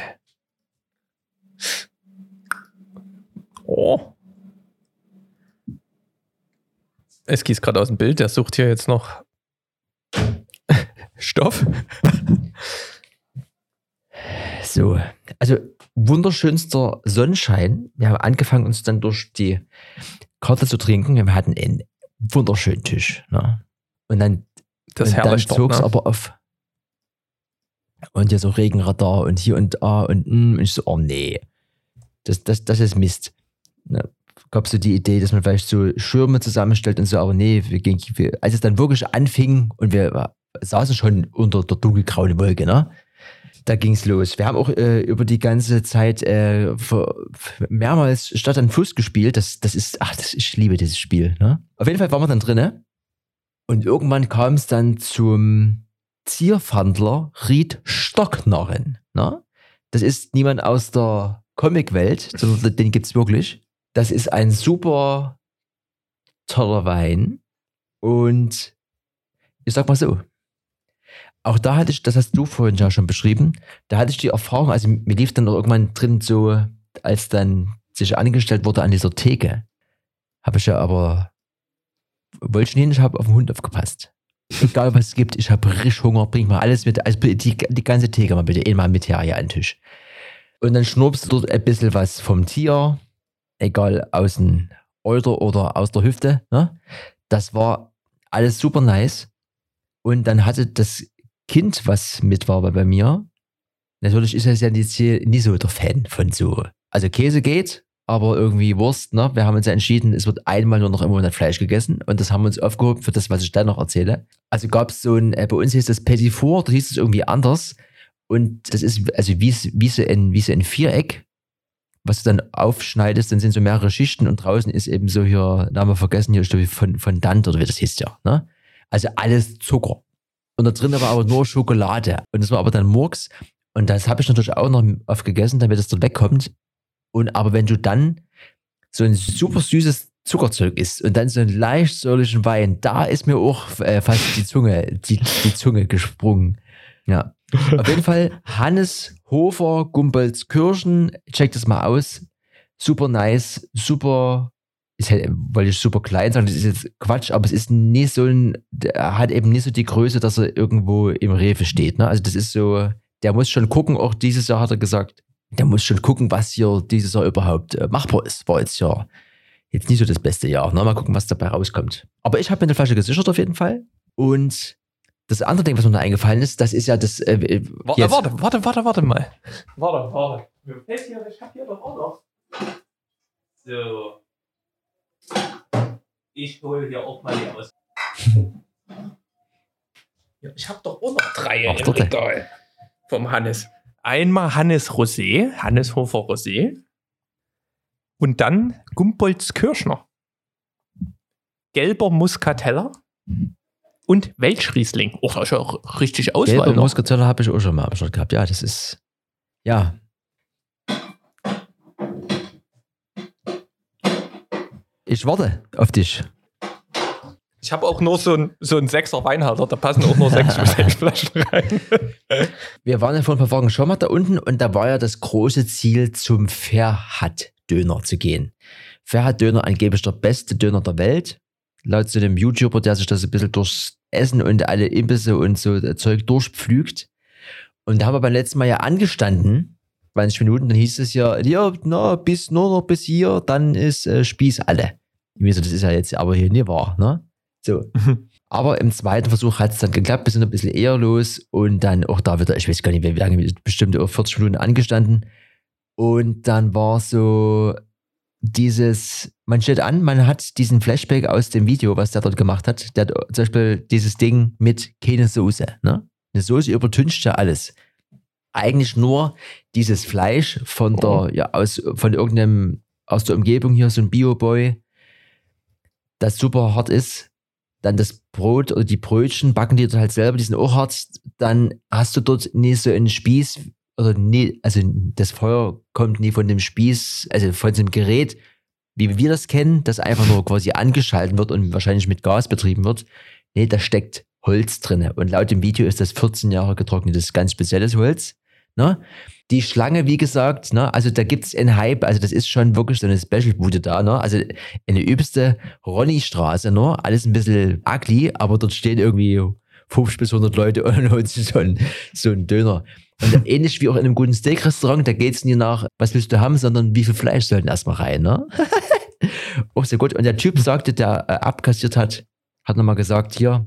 Oh. Es gießt gerade aus dem Bild, der sucht hier jetzt noch Stoff. So, also wunderschönster Sonnenschein. Wir haben angefangen, uns dann durch die Karte zu trinken. Wir hatten einen wunderschönen Tisch. Ne? Und dann, das und dann zog es ne? aber auf. Und hier so Regenradar und hier und da und, und ich so, oh nee, das, das, das ist Mist. Ne? Gab es so die Idee, dass man vielleicht so Schirme zusammenstellt und so, aber nee, wir gingen, wir, als es dann wirklich anfing und wir saßen schon unter der dunkelgrauen Wolke, ne? Da ging es los. Wir haben auch äh, über die ganze Zeit äh, für, für mehrmals Stadt an Fluss gespielt. Das, das ist, ach, das, ich liebe dieses Spiel. Ne? Auf jeden Fall waren wir dann drin. Und irgendwann kam es dann zum Zierfandler Ried Stocknarren. Ne? Das ist niemand aus der Comicwelt, sondern den gibt es wirklich. Das ist ein super toller Wein. Und ich sag mal so, auch da hatte ich, das hast du vorhin ja schon beschrieben, da hatte ich die Erfahrung, also mir lief dann irgendwann drin so, als dann sich angestellt wurde an dieser Theke, habe ich ja aber, wollte ich nicht hin, ich habe auf den Hund aufgepasst. Egal was es gibt, ich habe richtig Hunger, bring mal alles mit, also die, die ganze Theke mal bitte einmal mit her hier an den Tisch. Und dann schnurpst du dort ein bisschen was vom Tier, egal aus dem Euter oder aus der Hüfte, ne? Das war alles super nice. Und dann hatte das Kind, was mit war bei mir, natürlich ist er ja nicht, nicht so der Fan von so. Also Käse geht, aber irgendwie Wurst, ne? Wir haben uns ja entschieden, es wird einmal nur noch im Monat Fleisch gegessen und das haben wir uns aufgehoben für das, was ich dann noch erzähle. Also gab es so ein, äh, bei uns hieß das Petit Four, da hieß es irgendwie anders und das ist also wie, wie, so ein, wie so ein Viereck, was du dann aufschneidest, dann sind so mehrere Schichten und draußen ist eben so hier, Name vergessen, hier ist von, von Dant oder wie das hieß ja, ne? Also alles Zucker. Und da drin war aber nur Schokolade. Und das war aber dann Murks. Und das habe ich natürlich auch noch oft gegessen, damit es dort wegkommt. Und aber wenn du dann so ein super süßes Zuckerzeug isst und dann so einen leicht säuerlichen Wein, da ist mir auch äh, fast die Zunge, die, die Zunge gesprungen. Ja. Auf jeden Fall Hannes Hofer, Gumboldskirchen. Check das mal aus. Super nice, super. Ist halt, wollte ich super klein sagen, das ist jetzt Quatsch, aber es ist nicht so ein, er hat eben nicht so die Größe, dass er irgendwo im Rewe steht. Ne? Also das ist so, der muss schon gucken, auch dieses Jahr hat er gesagt, der muss schon gucken, was hier dieses Jahr überhaupt äh, machbar ist. War jetzt ja jetzt nicht so das beste Jahr. Ne? Mal gucken, was dabei rauskommt. Aber ich habe mir eine Flasche gesichert auf jeden Fall. Und das andere Ding, was mir da eingefallen ist, das ist ja das. Äh, warte, warte, warte, warte, warte mal. Warte, warte. Mir fällt hier, ich habe hier doch auch noch. So. Ich hole hier auch mal die aus. Ja, ich habe doch auch noch drei Ach, im Regal vom Hannes. Einmal Hannes Rosé, Hannes Hofer Rosé. Und dann Gumboldskirchner. Gelber Muscateller und Welschriesling. Oh, da ist ja auch richtig Auswahl. Gelber noch. Muscateller habe ich auch schon mal am Start gehabt. Ja, das ist, ja. Ich warte auf dich. Ich habe auch nur so ein, so ein Sechser Weinhalter, da passen auch nur sechs Flaschen rein. Wir waren ja vor ein paar Wochen schon mal da unten und da war ja das große Ziel, zum Ferhat-Döner zu gehen. Ferhat-Döner angeblich der beste Döner der Welt. Laut so einem YouTuber, der sich das ein bisschen durchs Essen und alle Imbisse und so Zeug durchpflügt. Und da haben wir beim letzten Mal ja angestanden, zwanzig Minuten, dann hieß es ja, ja, na, bis nur noch bis hier, dann ist äh, Spieß alle. Das ist ja jetzt aber hier nie wahr, ne? So. Aber im zweiten Versuch hat es dann geklappt, wir sind ein bisschen eher los und dann auch da wieder, ich weiß gar nicht, wie lange, bestimmt auf vierzig Minuten angestanden. Und dann war so dieses, man steht an, man hat diesen Flashback aus dem Video, was der dort gemacht hat. Der hat zum Beispiel dieses Ding mit keine Soße, ne? Eine Soße übertüncht ja alles. Eigentlich nur dieses Fleisch von der, ja, aus, von irgendeinem, aus der Umgebung hier, so ein Bio-Boy, das super hart ist. Dann das Brot oder die Brötchen backen die halt selber, die sind auch hart. Dann hast du dort nicht so einen Spieß, oder nie, also das Feuer kommt nie von dem Spieß, also von dem Gerät, wie wir das kennen, das einfach nur quasi angeschalten wird und wahrscheinlich mit Gas betrieben wird. Nee, da steckt Holz drin. Und laut dem Video ist das vierzehn Jahre getrocknetes, ganz spezielles Holz. Ne? Die Schlange, wie gesagt, ne? Also da gibt es einen Hype, also das ist schon wirklich so eine Special-Bude da, ne? Also eine übelste Ronny-Straße, ne? Alles ein bisschen ugly, aber dort stehen irgendwie fünfzig bis hundert Leute und holen sich so einen, so einen Döner. Und ähnlich wie auch in einem guten Steak-Restaurant, da geht es nie nach, was willst du haben, sondern wie viel Fleisch soll denn erstmal rein, ne? Auch sehr gut. Und der Typ sagte, der äh, abkassiert hat, hat nochmal gesagt, hier,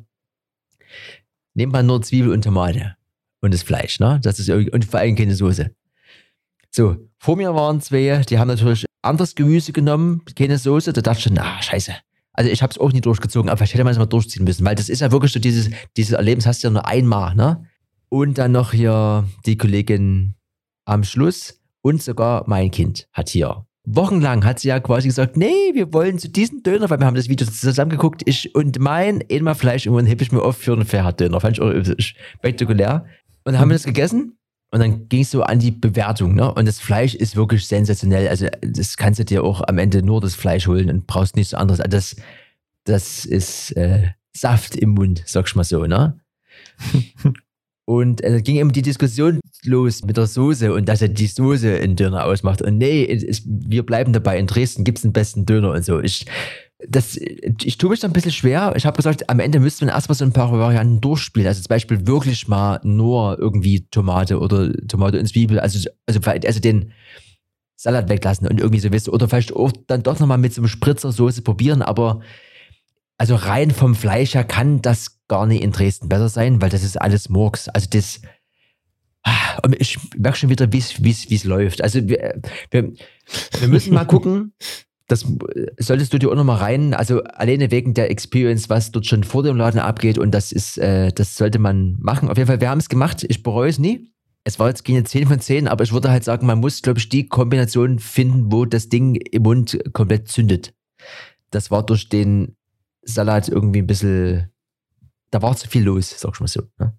nehmt mal nur Zwiebel und Tomate. Und das Fleisch, ne? Das ist irgendwie, und vor allem keine Soße. So, vor mir waren zwei, die haben natürlich anderes Gemüse genommen, keine Soße. Da dachte ich schon, na, scheiße. Also ich habe es auch nie durchgezogen, aber vielleicht hätte man es mal durchziehen müssen, weil das ist ja wirklich so dieses, dieses Erlebnis hast du ja nur einmal, ne? Und dann noch hier die Kollegin am Schluss und sogar mein Kind hat hier wochenlang hat sie ja quasi gesagt, nee, wir wollen zu diesem Döner, weil wir haben das Video zusammen geguckt, ich und mein einmal Fleisch und dann hebe ich mir auf für einen Fairhard-Döner. Fand ich auch spektakulär. Und dann haben wir das gegessen und dann ging es so an die Bewertung, ne? Und das Fleisch ist wirklich sensationell. Also das kannst du dir auch am Ende nur das Fleisch holen und brauchst nichts anderes. Also das, das ist äh, Saft im Mund, sag ich mal so, ne? Und äh, ging eben die Diskussion los mit der Soße und dass ja die Soße einen Döner ausmacht. Und nee, es, wir bleiben dabei, in Dresden gibt es den besten Döner und so. Ich, das, ich tue mich da ein bisschen schwer. Ich habe gesagt, am Ende müsste man erstmal so ein paar Varianten durchspielen. Also zum Beispiel wirklich mal nur irgendwie Tomate oder Tomate und Zwiebel, also, also, also den Salat weglassen und irgendwie so, weißt du, oder vielleicht auch dann doch nochmal mit so einem Spritzer Soße probieren, aber also rein vom Fleisch her kann das gar nicht in Dresden besser sein, weil das ist alles Murks. Also das, und ich merke schon wieder, wie es läuft. Also wir, wir, wir müssen mal gucken, das solltest du dir auch noch mal rein, also alleine wegen der Experience, was dort schon vor dem Laden abgeht und das ist, äh, das sollte man machen. Auf jeden Fall, wir haben es gemacht, ich bereue es nie. Es war jetzt keine zehn von zehn, aber ich würde halt sagen, man muss, glaube ich, die Kombination finden, wo das Ding im Mund komplett zündet. Das war durch den Salat irgendwie ein bisschen, da war zu viel los, sag ich mal so. Ne?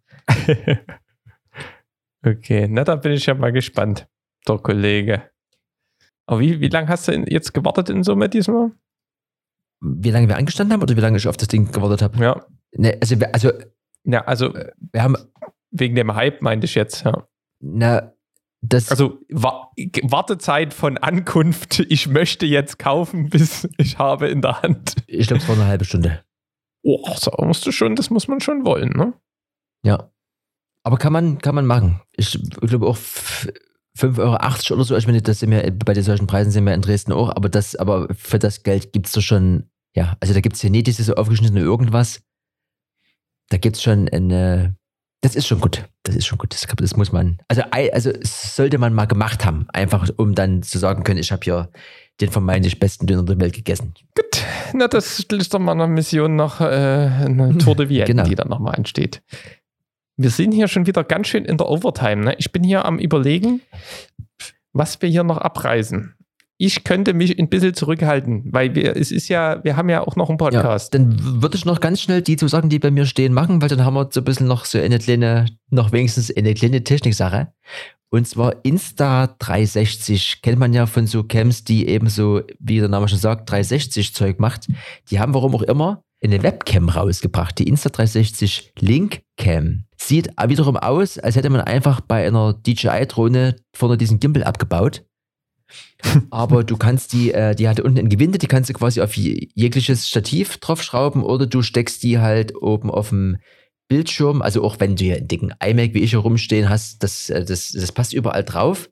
Okay, na da bin ich ja mal gespannt, der Kollege. Aber wie, wie lange hast du in, jetzt gewartet in Summe diesmal? Wie lange wir angestanden haben oder wie lange ich auf das Ding gewartet habe? Ja. Ne, also, also, ja, also wir haben wegen dem Hype meinte ich jetzt, ja. Na, das also wa- Wartezeit von Ankunft, ich möchte jetzt kaufen, bis ich habe in der Hand. Ich glaube, es war eine halbe Stunde. Oh, so musst du schon, das muss man schon wollen, ne? Ja. Aber kann man, kann man machen. Ich glaube auch fünf Euro achtzig oder so. Ich meine, das sind wir, bei den solchen Preisen sind wir in Dresden auch, aber das, aber für das Geld gibt es doch schon, ja, also da gibt es hier nicht diese so aufgeschnittene irgendwas. Da gibt es schon eine. Das ist schon gut. Das ist schon gut. Das, das muss man, also, also sollte man mal gemacht haben, einfach um dann zu sagen können, ich habe hier den vermeintlich besten Döner der Welt gegessen. Gut, na das ist doch mal eine Mission nach äh, eine Tour de Vienne, genau. Die dann nochmal entsteht. Wir sind hier schon wieder ganz schön in der Overtime. Ne? Ich bin hier am Überlegen, was wir hier noch abreißen. Ich könnte mich ein bisschen zurückhalten, weil wir, es ist ja, wir haben ja auch noch einen Podcast. Ja, dann würde ich noch ganz schnell die zwei Sachen, die bei mir stehen, machen, weil dann haben wir so ein bisschen noch so eine kleine, noch wenigstens eine kleine Techniksache. Und zwar Insta dreihundertsechzig, kennt man ja von so Cams, die eben so, wie der Name schon sagt, dreihundertsechzig Zeug macht. Die haben warum auch immer eine Webcam rausgebracht, die Insta dreihundertsechzig Link Cam. Sieht wiederum aus, als hätte man einfach bei einer D J I-Drohne vorne diesen Gimbal abgebaut. Aber du kannst die, äh, die hat unten ein Gewinde, die kannst du quasi auf jegliches Stativ draufschrauben oder du steckst die halt oben auf dem Bildschirm, also auch wenn du hier einen dicken iMac wie ich hier rumstehen hast, das, das, das passt überall drauf.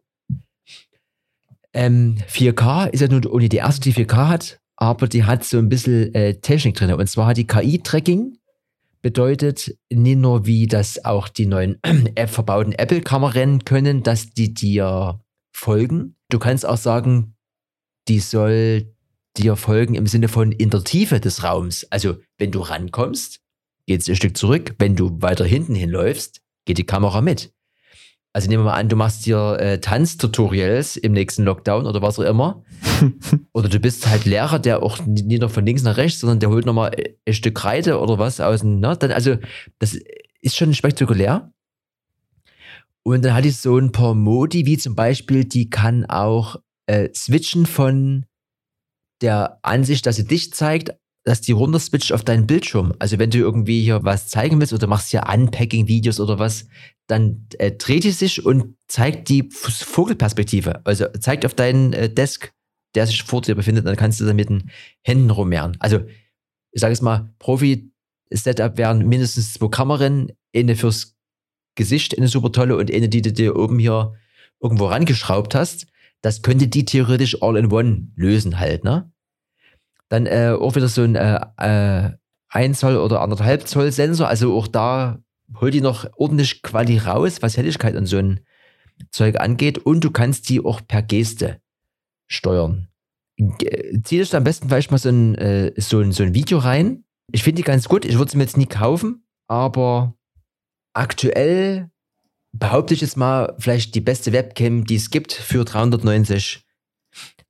Ähm, vier K ist ja nun ohne die erste, die vier K hat, aber die hat so ein bisschen äh, Technik drin. Und zwar hat die K I-Tracking, bedeutet nicht nur, wie das auch die neuen App verbauten Apple-Kameran können, dass die dir folgen. Du kannst auch sagen, die soll dir folgen im Sinne von in der Tiefe des Raums. Also wenn du rankommst, geht es ein Stück zurück. Wenn du weiter hinten hinläufst, geht die Kamera mit. Also nehmen wir mal an, du machst dir äh, Tanztutorials im nächsten Lockdown oder was auch immer. Oder du bist halt Lehrer, der auch nicht noch von links nach rechts, sondern der holt nochmal ein Stück Kreide oder was aus dem, ne? Dann, also das ist schon spektakulär. Und dann hatte ich so ein paar Modi, wie zum Beispiel, die kann auch äh, switchen von der Ansicht, dass sie dich zeigt, dass die runter switcht auf deinen Bildschirm. Also wenn du irgendwie hier was zeigen willst oder machst hier Unpacking-Videos oder was, dann äh, dreht die sich und zeigt die Vogelperspektive. Also zeigt auf deinen äh, Desk, der sich vor dir befindet, dann kannst du da mit den Händen rummehren. Also ich sage es mal, Profi-Setup wären mindestens zwei Kameran, eine fürs Gesicht, eine super tolle und eine, die du dir oben hier irgendwo rangeschraubt hast. Das könnte die theoretisch all-in-one lösen halt, ne? Dann äh, auch wieder so ein äh, äh, ein Zoll oder anderthalb Zoll Sensor, also auch da holt die noch ordentlich Quali raus, was Helligkeit und so ein Zeug angeht, und du kannst die auch per Geste steuern. G- Zieh dich da am besten vielleicht mal so ein, äh, so ein, so ein Video rein. Ich finde die ganz gut, ich würde sie mir jetzt nie kaufen, aber aktuell behaupte ich jetzt mal, vielleicht die beste Webcam, die es gibt für dreihundertneunzig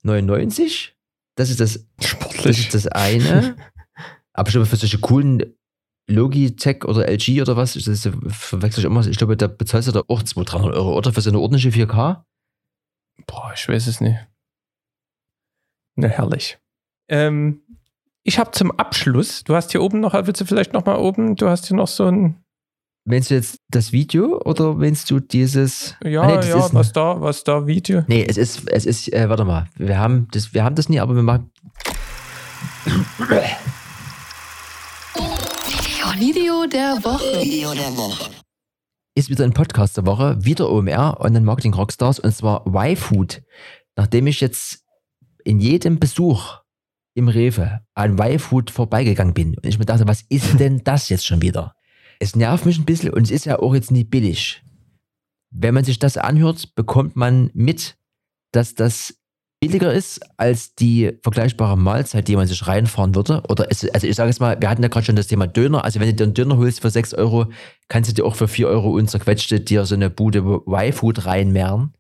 neunundneunzig. Das ist das, Sportlich. das, ist das eine. Aber ich glaube, für solche coolen Logitech oder L G oder was, das verwechsel ich immer, ich glaube, da bezahlst du da auch zweihundert, dreihundert Euro, oder? Für so eine ordentliche vier K? Boah, ich weiß es nicht. Na, herrlich. Ähm, ich habe zum Abschluss, du hast hier oben noch, willst du vielleicht noch mal oben, du hast hier noch so ein... Meinst du jetzt das Video oder meinst du dieses... Ja, Ah, nee, das ja, ist ein- was da, was da, Video. Nee, es ist, es ist, äh, warte mal, wir haben das, wir haben das nie, aber wir machen... Video der Woche. Video der Woche. Ist wieder ein Podcast der Woche, wieder O M R, Online Marketing Rockstars, und zwar Y-Food. Nachdem ich jetzt in jedem Besuch im Rewe an Y-Food vorbeigegangen bin und ich mir dachte, was ist denn das jetzt schon wieder? Es nervt mich ein bisschen und es ist ja auch jetzt nicht billig. Wenn man sich das anhört, bekommt man mit, dass das billiger ist als die vergleichbare Mahlzeit, die man sich reinfahren würde. Oder es, also ich sage jetzt mal, wir hatten ja gerade schon das Thema Döner. Also wenn du dir einen Döner holst für sechs Euro, kannst du dir auch für vier Euro unzerquetschte dir so eine Bude Y-Food reinmehren.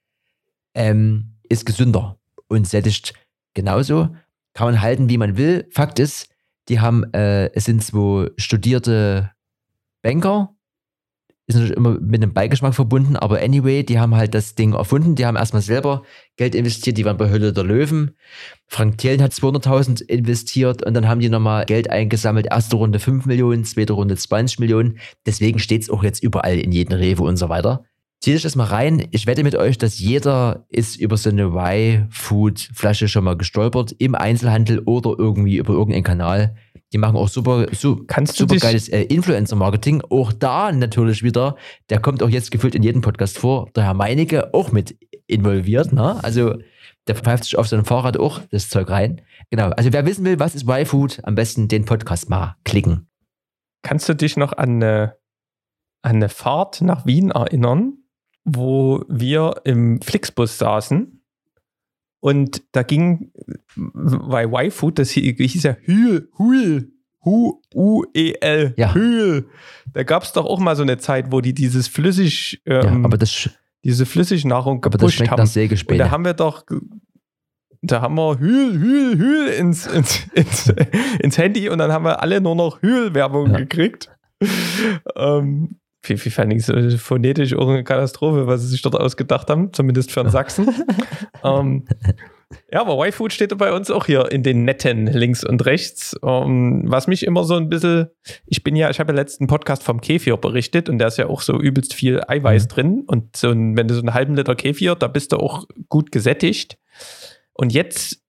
Ähm, ist gesünder und sättigt genauso. Kann man halten, wie man will. Fakt ist, die haben, äh, es sind zwei studierte Banker, ist natürlich immer mit einem Beigeschmack verbunden, aber anyway, die haben halt das Ding erfunden, die haben erstmal selber Geld investiert, die waren bei Höhle der Löwen. Frank Thelen hat zweihunderttausend investiert und dann haben die nochmal Geld eingesammelt, erste Runde fünf Millionen, zweite Runde zwanzig Millionen, deswegen steht es auch jetzt überall in jedem Rewe und so weiter. Zieht euch das mal rein, ich wette mit euch, dass jeder ist über so eine Y-Food-Flasche schon mal gestolpert, im Einzelhandel oder irgendwie über irgendeinen Kanal. Die machen auch super, su Kannst du super dich- geiles äh, Influencer-Marketing. Auch da natürlich wieder, der kommt auch jetzt gefühlt in jedem Podcast vor, der Herr Meinecke auch mit involviert. Ne? Also der pfeift sich auf sein Fahrrad auch das Zeug rein. Genau, also wer wissen will, was ist Y-Food, am besten den Podcast mal klicken. Kannst du dich noch an eine, an eine Fahrt nach Wien erinnern, wo wir im Flixbus saßen und da ging bei Y-Food, das hieß, hieß ja Hühl, Hühl, Hu, U, E, L, Ja. Hühl. Da gab es doch auch mal so eine Zeit, wo die dieses flüssig, ähm, Ja, aber das, sch- diese Flüssignahrung aber das gepusht schmeckt haben. nach Und Sägespäne. da haben wir doch, da haben wir Hühl, Hühl, Hühl ins, ins, ins, ins Handy und dann haben wir alle nur noch Hühl-Werbung Ja. gekriegt. Ähm, wie, wie fand ich so phonetisch auch eine Katastrophe, was sie sich dort ausgedacht haben, zumindest für einen Sachsen. ähm, ja, aber Y-Food steht bei uns auch hier in den netten links und rechts. Ähm, was mich immer so ein bisschen, ich bin ja, ich habe ja letzten Podcast vom Kefir berichtet und da ist ja auch so übelst viel Eiweiß Mhm. drin und so ein, wenn du so einen halben Liter Kefir, da bist du auch gut gesättigt. Und jetzt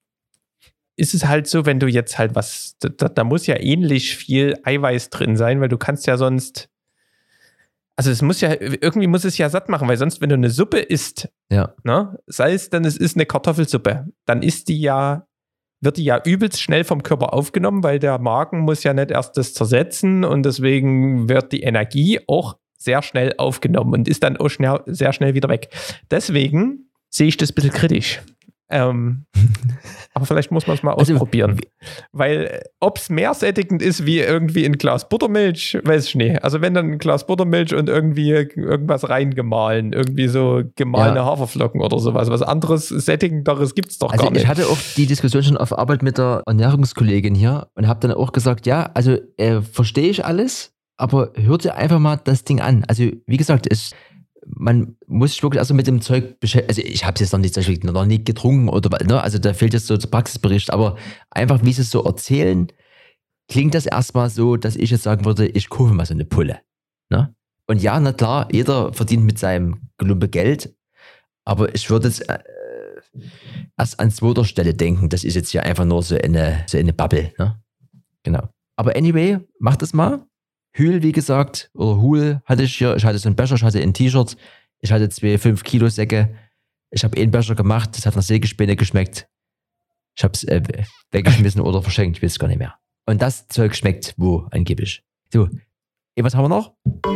ist es halt so, wenn du jetzt halt was, da, da muss ja ähnlich viel Eiweiß drin sein, weil du kannst ja sonst, also es muss ja, irgendwie muss es ja satt machen, weil sonst, wenn du eine Suppe isst, Ja. ne, sei es dann, es ist eine Kartoffelsuppe, dann ist die ja, wird die ja übelst schnell vom Körper aufgenommen, weil der Magen muss ja nicht erst das zersetzen und deswegen wird die Energie auch sehr schnell aufgenommen und ist dann auch schnell, sehr schnell wieder weg. Deswegen sehe ich das ein bisschen kritisch. Ähm, aber vielleicht muss man es mal Also, ausprobieren. Weil ob es mehr sättigend ist wie irgendwie ein Glas Buttermilch, weiß ich nicht. Also wenn dann ein Glas Buttermilch und irgendwie irgendwas reingemahlen, irgendwie so gemahlene Ja. Haferflocken oder sowas. Was anderes Sättigenderes gibt es doch Also gar nicht. ich hatte auch die Diskussion schon auf Arbeit mit der Ernährungskollegin hier und habe dann auch gesagt, ja, also äh, verstehe ich alles, aber hört dir einfach mal das Ding an. Also wie gesagt, es, man muss sich wirklich erst mit dem Zeug beschäftigen. Also ich habe es jetzt noch nicht, zum Beispiel noch nie getrunken oder ne? Also da fehlt jetzt so der Praxisbericht, aber einfach wie sie es so erzählen, klingt das erstmal so, dass ich jetzt sagen würde, ich kaufe mal so eine Pulle. Ne? Und ja, na klar, jeder verdient mit seinem Gelumpe Geld, aber ich würde jetzt äh, erst an zweiter Stelle denken, das ist jetzt hier einfach nur so eine, so eine Bubble. Ne? Genau. Aber anyway, macht es mal. Hühl, wie gesagt, oder Hul hatte ich hier. Ich hatte so einen Becher, ich hatte ein T-Shirt, ich hatte zwei fünf Kilo Säcke. Ich habe einen Becher gemacht, das hat nach Sägespäne geschmeckt. Ich habe es äh, weggeschmissen oder verschenkt, ich weiß es gar nicht mehr. Und das Zeug schmeckt wo angeblich. So, eh, was haben wir noch?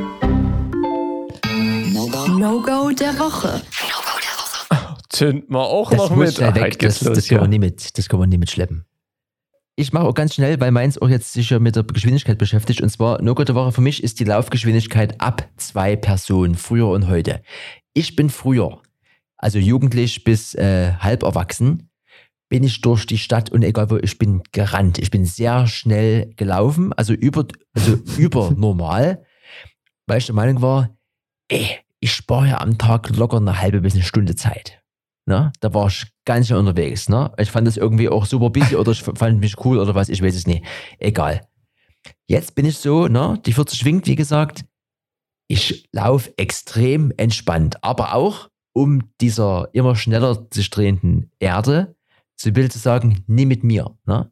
No-Go. No-Go der Woche. Zünd mal auch Das noch muss mit. schnell Ach, weg, halt geht's das, los das, kann man hier. nie mit, das kann man nie mitschleppen. Ich mache auch ganz schnell, weil meins auch jetzt sich ja mit der Geschwindigkeit beschäftigt. Und zwar, No-Go der Woche für mich ist die Laufgeschwindigkeit ab zwei Personen, früher und heute. Ich bin früher, also jugendlich bis äh, halb erwachsen, bin ich durch die Stadt und egal wo, ich bin gerannt. Ich bin sehr schnell gelaufen, also über, also über normal, weil ich der Meinung war, ey, ich spare ja am Tag locker eine halbe bis eine Stunde Zeit. Ne? Da war ich ganz schnell unterwegs. Ne? Ich fand das irgendwie auch super busy oder ich fand mich cool oder was, ich weiß es nicht. Egal. Jetzt bin ich so, ne, die vierzig schwingt, wie gesagt, ich laufe extrem entspannt, aber auch um dieser immer schneller sich drehenden Erde zu Bild zu sagen, nie mit mir. Ne?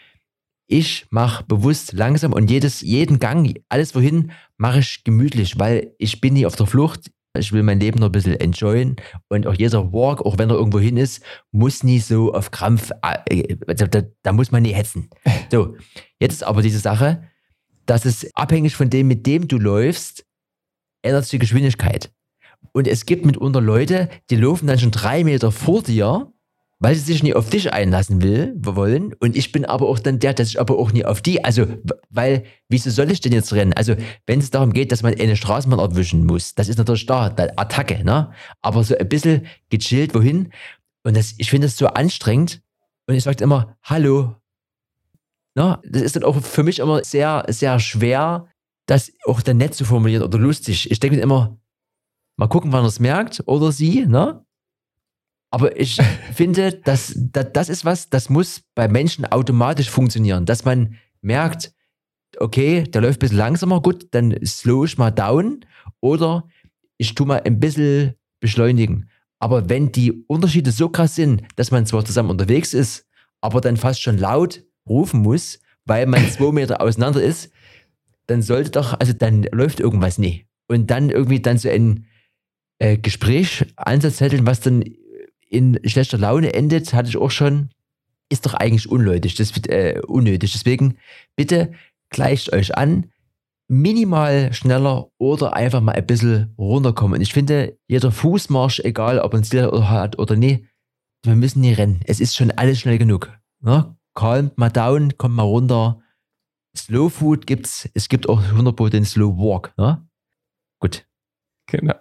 Ich mache bewusst langsam und jedes, jeden Gang, alles wohin, mache ich gemütlich, weil ich bin nie auf der Flucht. Ich will mein Leben noch ein bisschen enjoyen und auch jeder Walk, auch wenn er irgendwo hin ist, muss nie so auf Krampf, äh, da, da, da muss man nie hetzen. So, jetzt ist aber diese Sache, dass es abhängig von dem, mit dem du läufst, ändert sich die Geschwindigkeit. Und es gibt mitunter Leute, die laufen dann schon drei Meter vor dir, weil sie sich nie auf dich einlassen will, wollen. Und ich bin aber auch dann der, der sich aber auch nie auf die, also, weil, wieso soll ich denn jetzt rennen? Also, wenn es darum geht, dass man eine Straßenbahn erwischen muss, das ist natürlich da, da Attacke, ne? Aber so ein bisschen gechillt, wohin? Und das, ich finde das so anstrengend. Und ich sage immer, hallo. Ne? Das ist dann auch für mich immer sehr, sehr schwer, das auch dann nett zu formulieren oder lustig. Ich denke mir immer, mal gucken, wann er es merkt oder sie, ne? Aber ich finde, dass, dass das ist was, das muss bei Menschen automatisch funktionieren, dass man merkt, okay, der läuft ein bisschen langsamer, gut, dann slow ich mal down oder ich tue mal ein bisschen beschleunigen. Aber wenn die Unterschiede so krass sind, dass man zwar zusammen unterwegs ist, aber dann fast schon laut rufen muss, weil man zwei Meter auseinander ist, dann sollte doch, also dann läuft irgendwas nie. Und dann irgendwie dann so ein äh, Gespräch anzuzetteln, was dann in schlechter Laune endet, hatte ich auch schon, ist doch eigentlich unleutig, das wird äh, unnötig. Deswegen bitte gleicht euch an, minimal schneller oder einfach mal ein bisschen runterkommen. Und ich finde, jeder Fußmarsch, egal ob man es hat oder nicht, wir müssen nie rennen. Es ist schon alles schnell genug. Ne? Calmt mal down, kommt mal runter. Slow Food gibt's, es gibt auch hundert Prozent Slow Walk. Ne? Gut. Genau.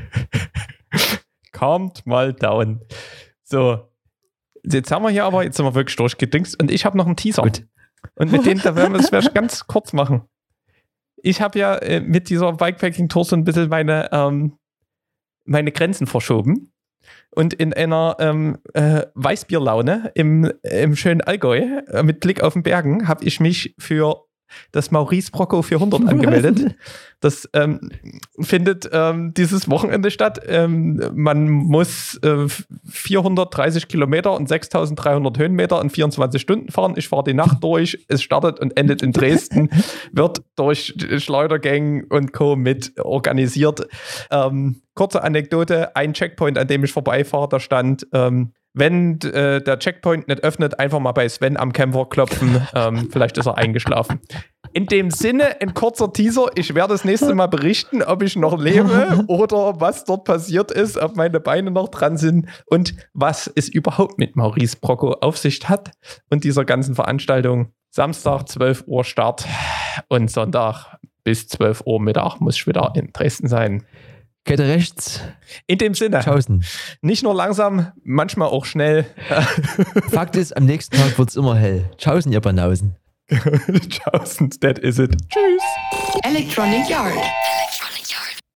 Calmt mal down. So, jetzt haben wir hier aber, jetzt sind wir wirklich durchgedingst und ich habe noch einen Teaser. Gut. Und mit dem, da werden wir es ganz kurz machen. Ich habe ja äh, mit dieser Bikepacking-Tour so ein bisschen meine, ähm, meine Grenzen verschoben. Und in einer ähm, äh, Weißbierlaune im, im schönen Allgäu äh, mit Blick auf den Bergen habe ich mich für das Maurice Brocco vierhundert angemeldet. Das ähm, findet ähm, dieses Wochenende statt. Ähm, man muss äh, vierhundertdreißig Kilometer und sechstausenddreihundert Höhenmeter in vierundzwanzig Stunden fahren. Ich fahre die Nacht durch. Es startet und endet in Dresden. Wird durch Schleudergang und Co. mit organisiert. Ähm, kurze Anekdote. Ein Checkpoint, an dem ich vorbeifahre, da stand, ähm, wenn äh, der Checkpoint nicht öffnet, einfach mal bei Sven am Camper klopfen. Ähm, vielleicht ist er eingeschlafen. In dem Sinne, ein kurzer Teaser. Ich werde das nächste Mal berichten, ob ich noch lebe oder was dort passiert ist, ob meine Beine noch dran sind und was es überhaupt mit Maurice Brocco auf sich hat und dieser ganzen Veranstaltung. Samstag, zwölf Uhr Start und Sonntag bis zwölf Uhr Mittag muss ich wieder in Dresden sein. Kette rechts. In dem Sinne. Tschaußen. Nicht nur langsam, manchmal auch schnell. Fakt ist, am nächsten Tag wird es immer hell. Tschaußen, ihr Banausen. Tschaußen, that is it. Tschüss. Electronic Yard.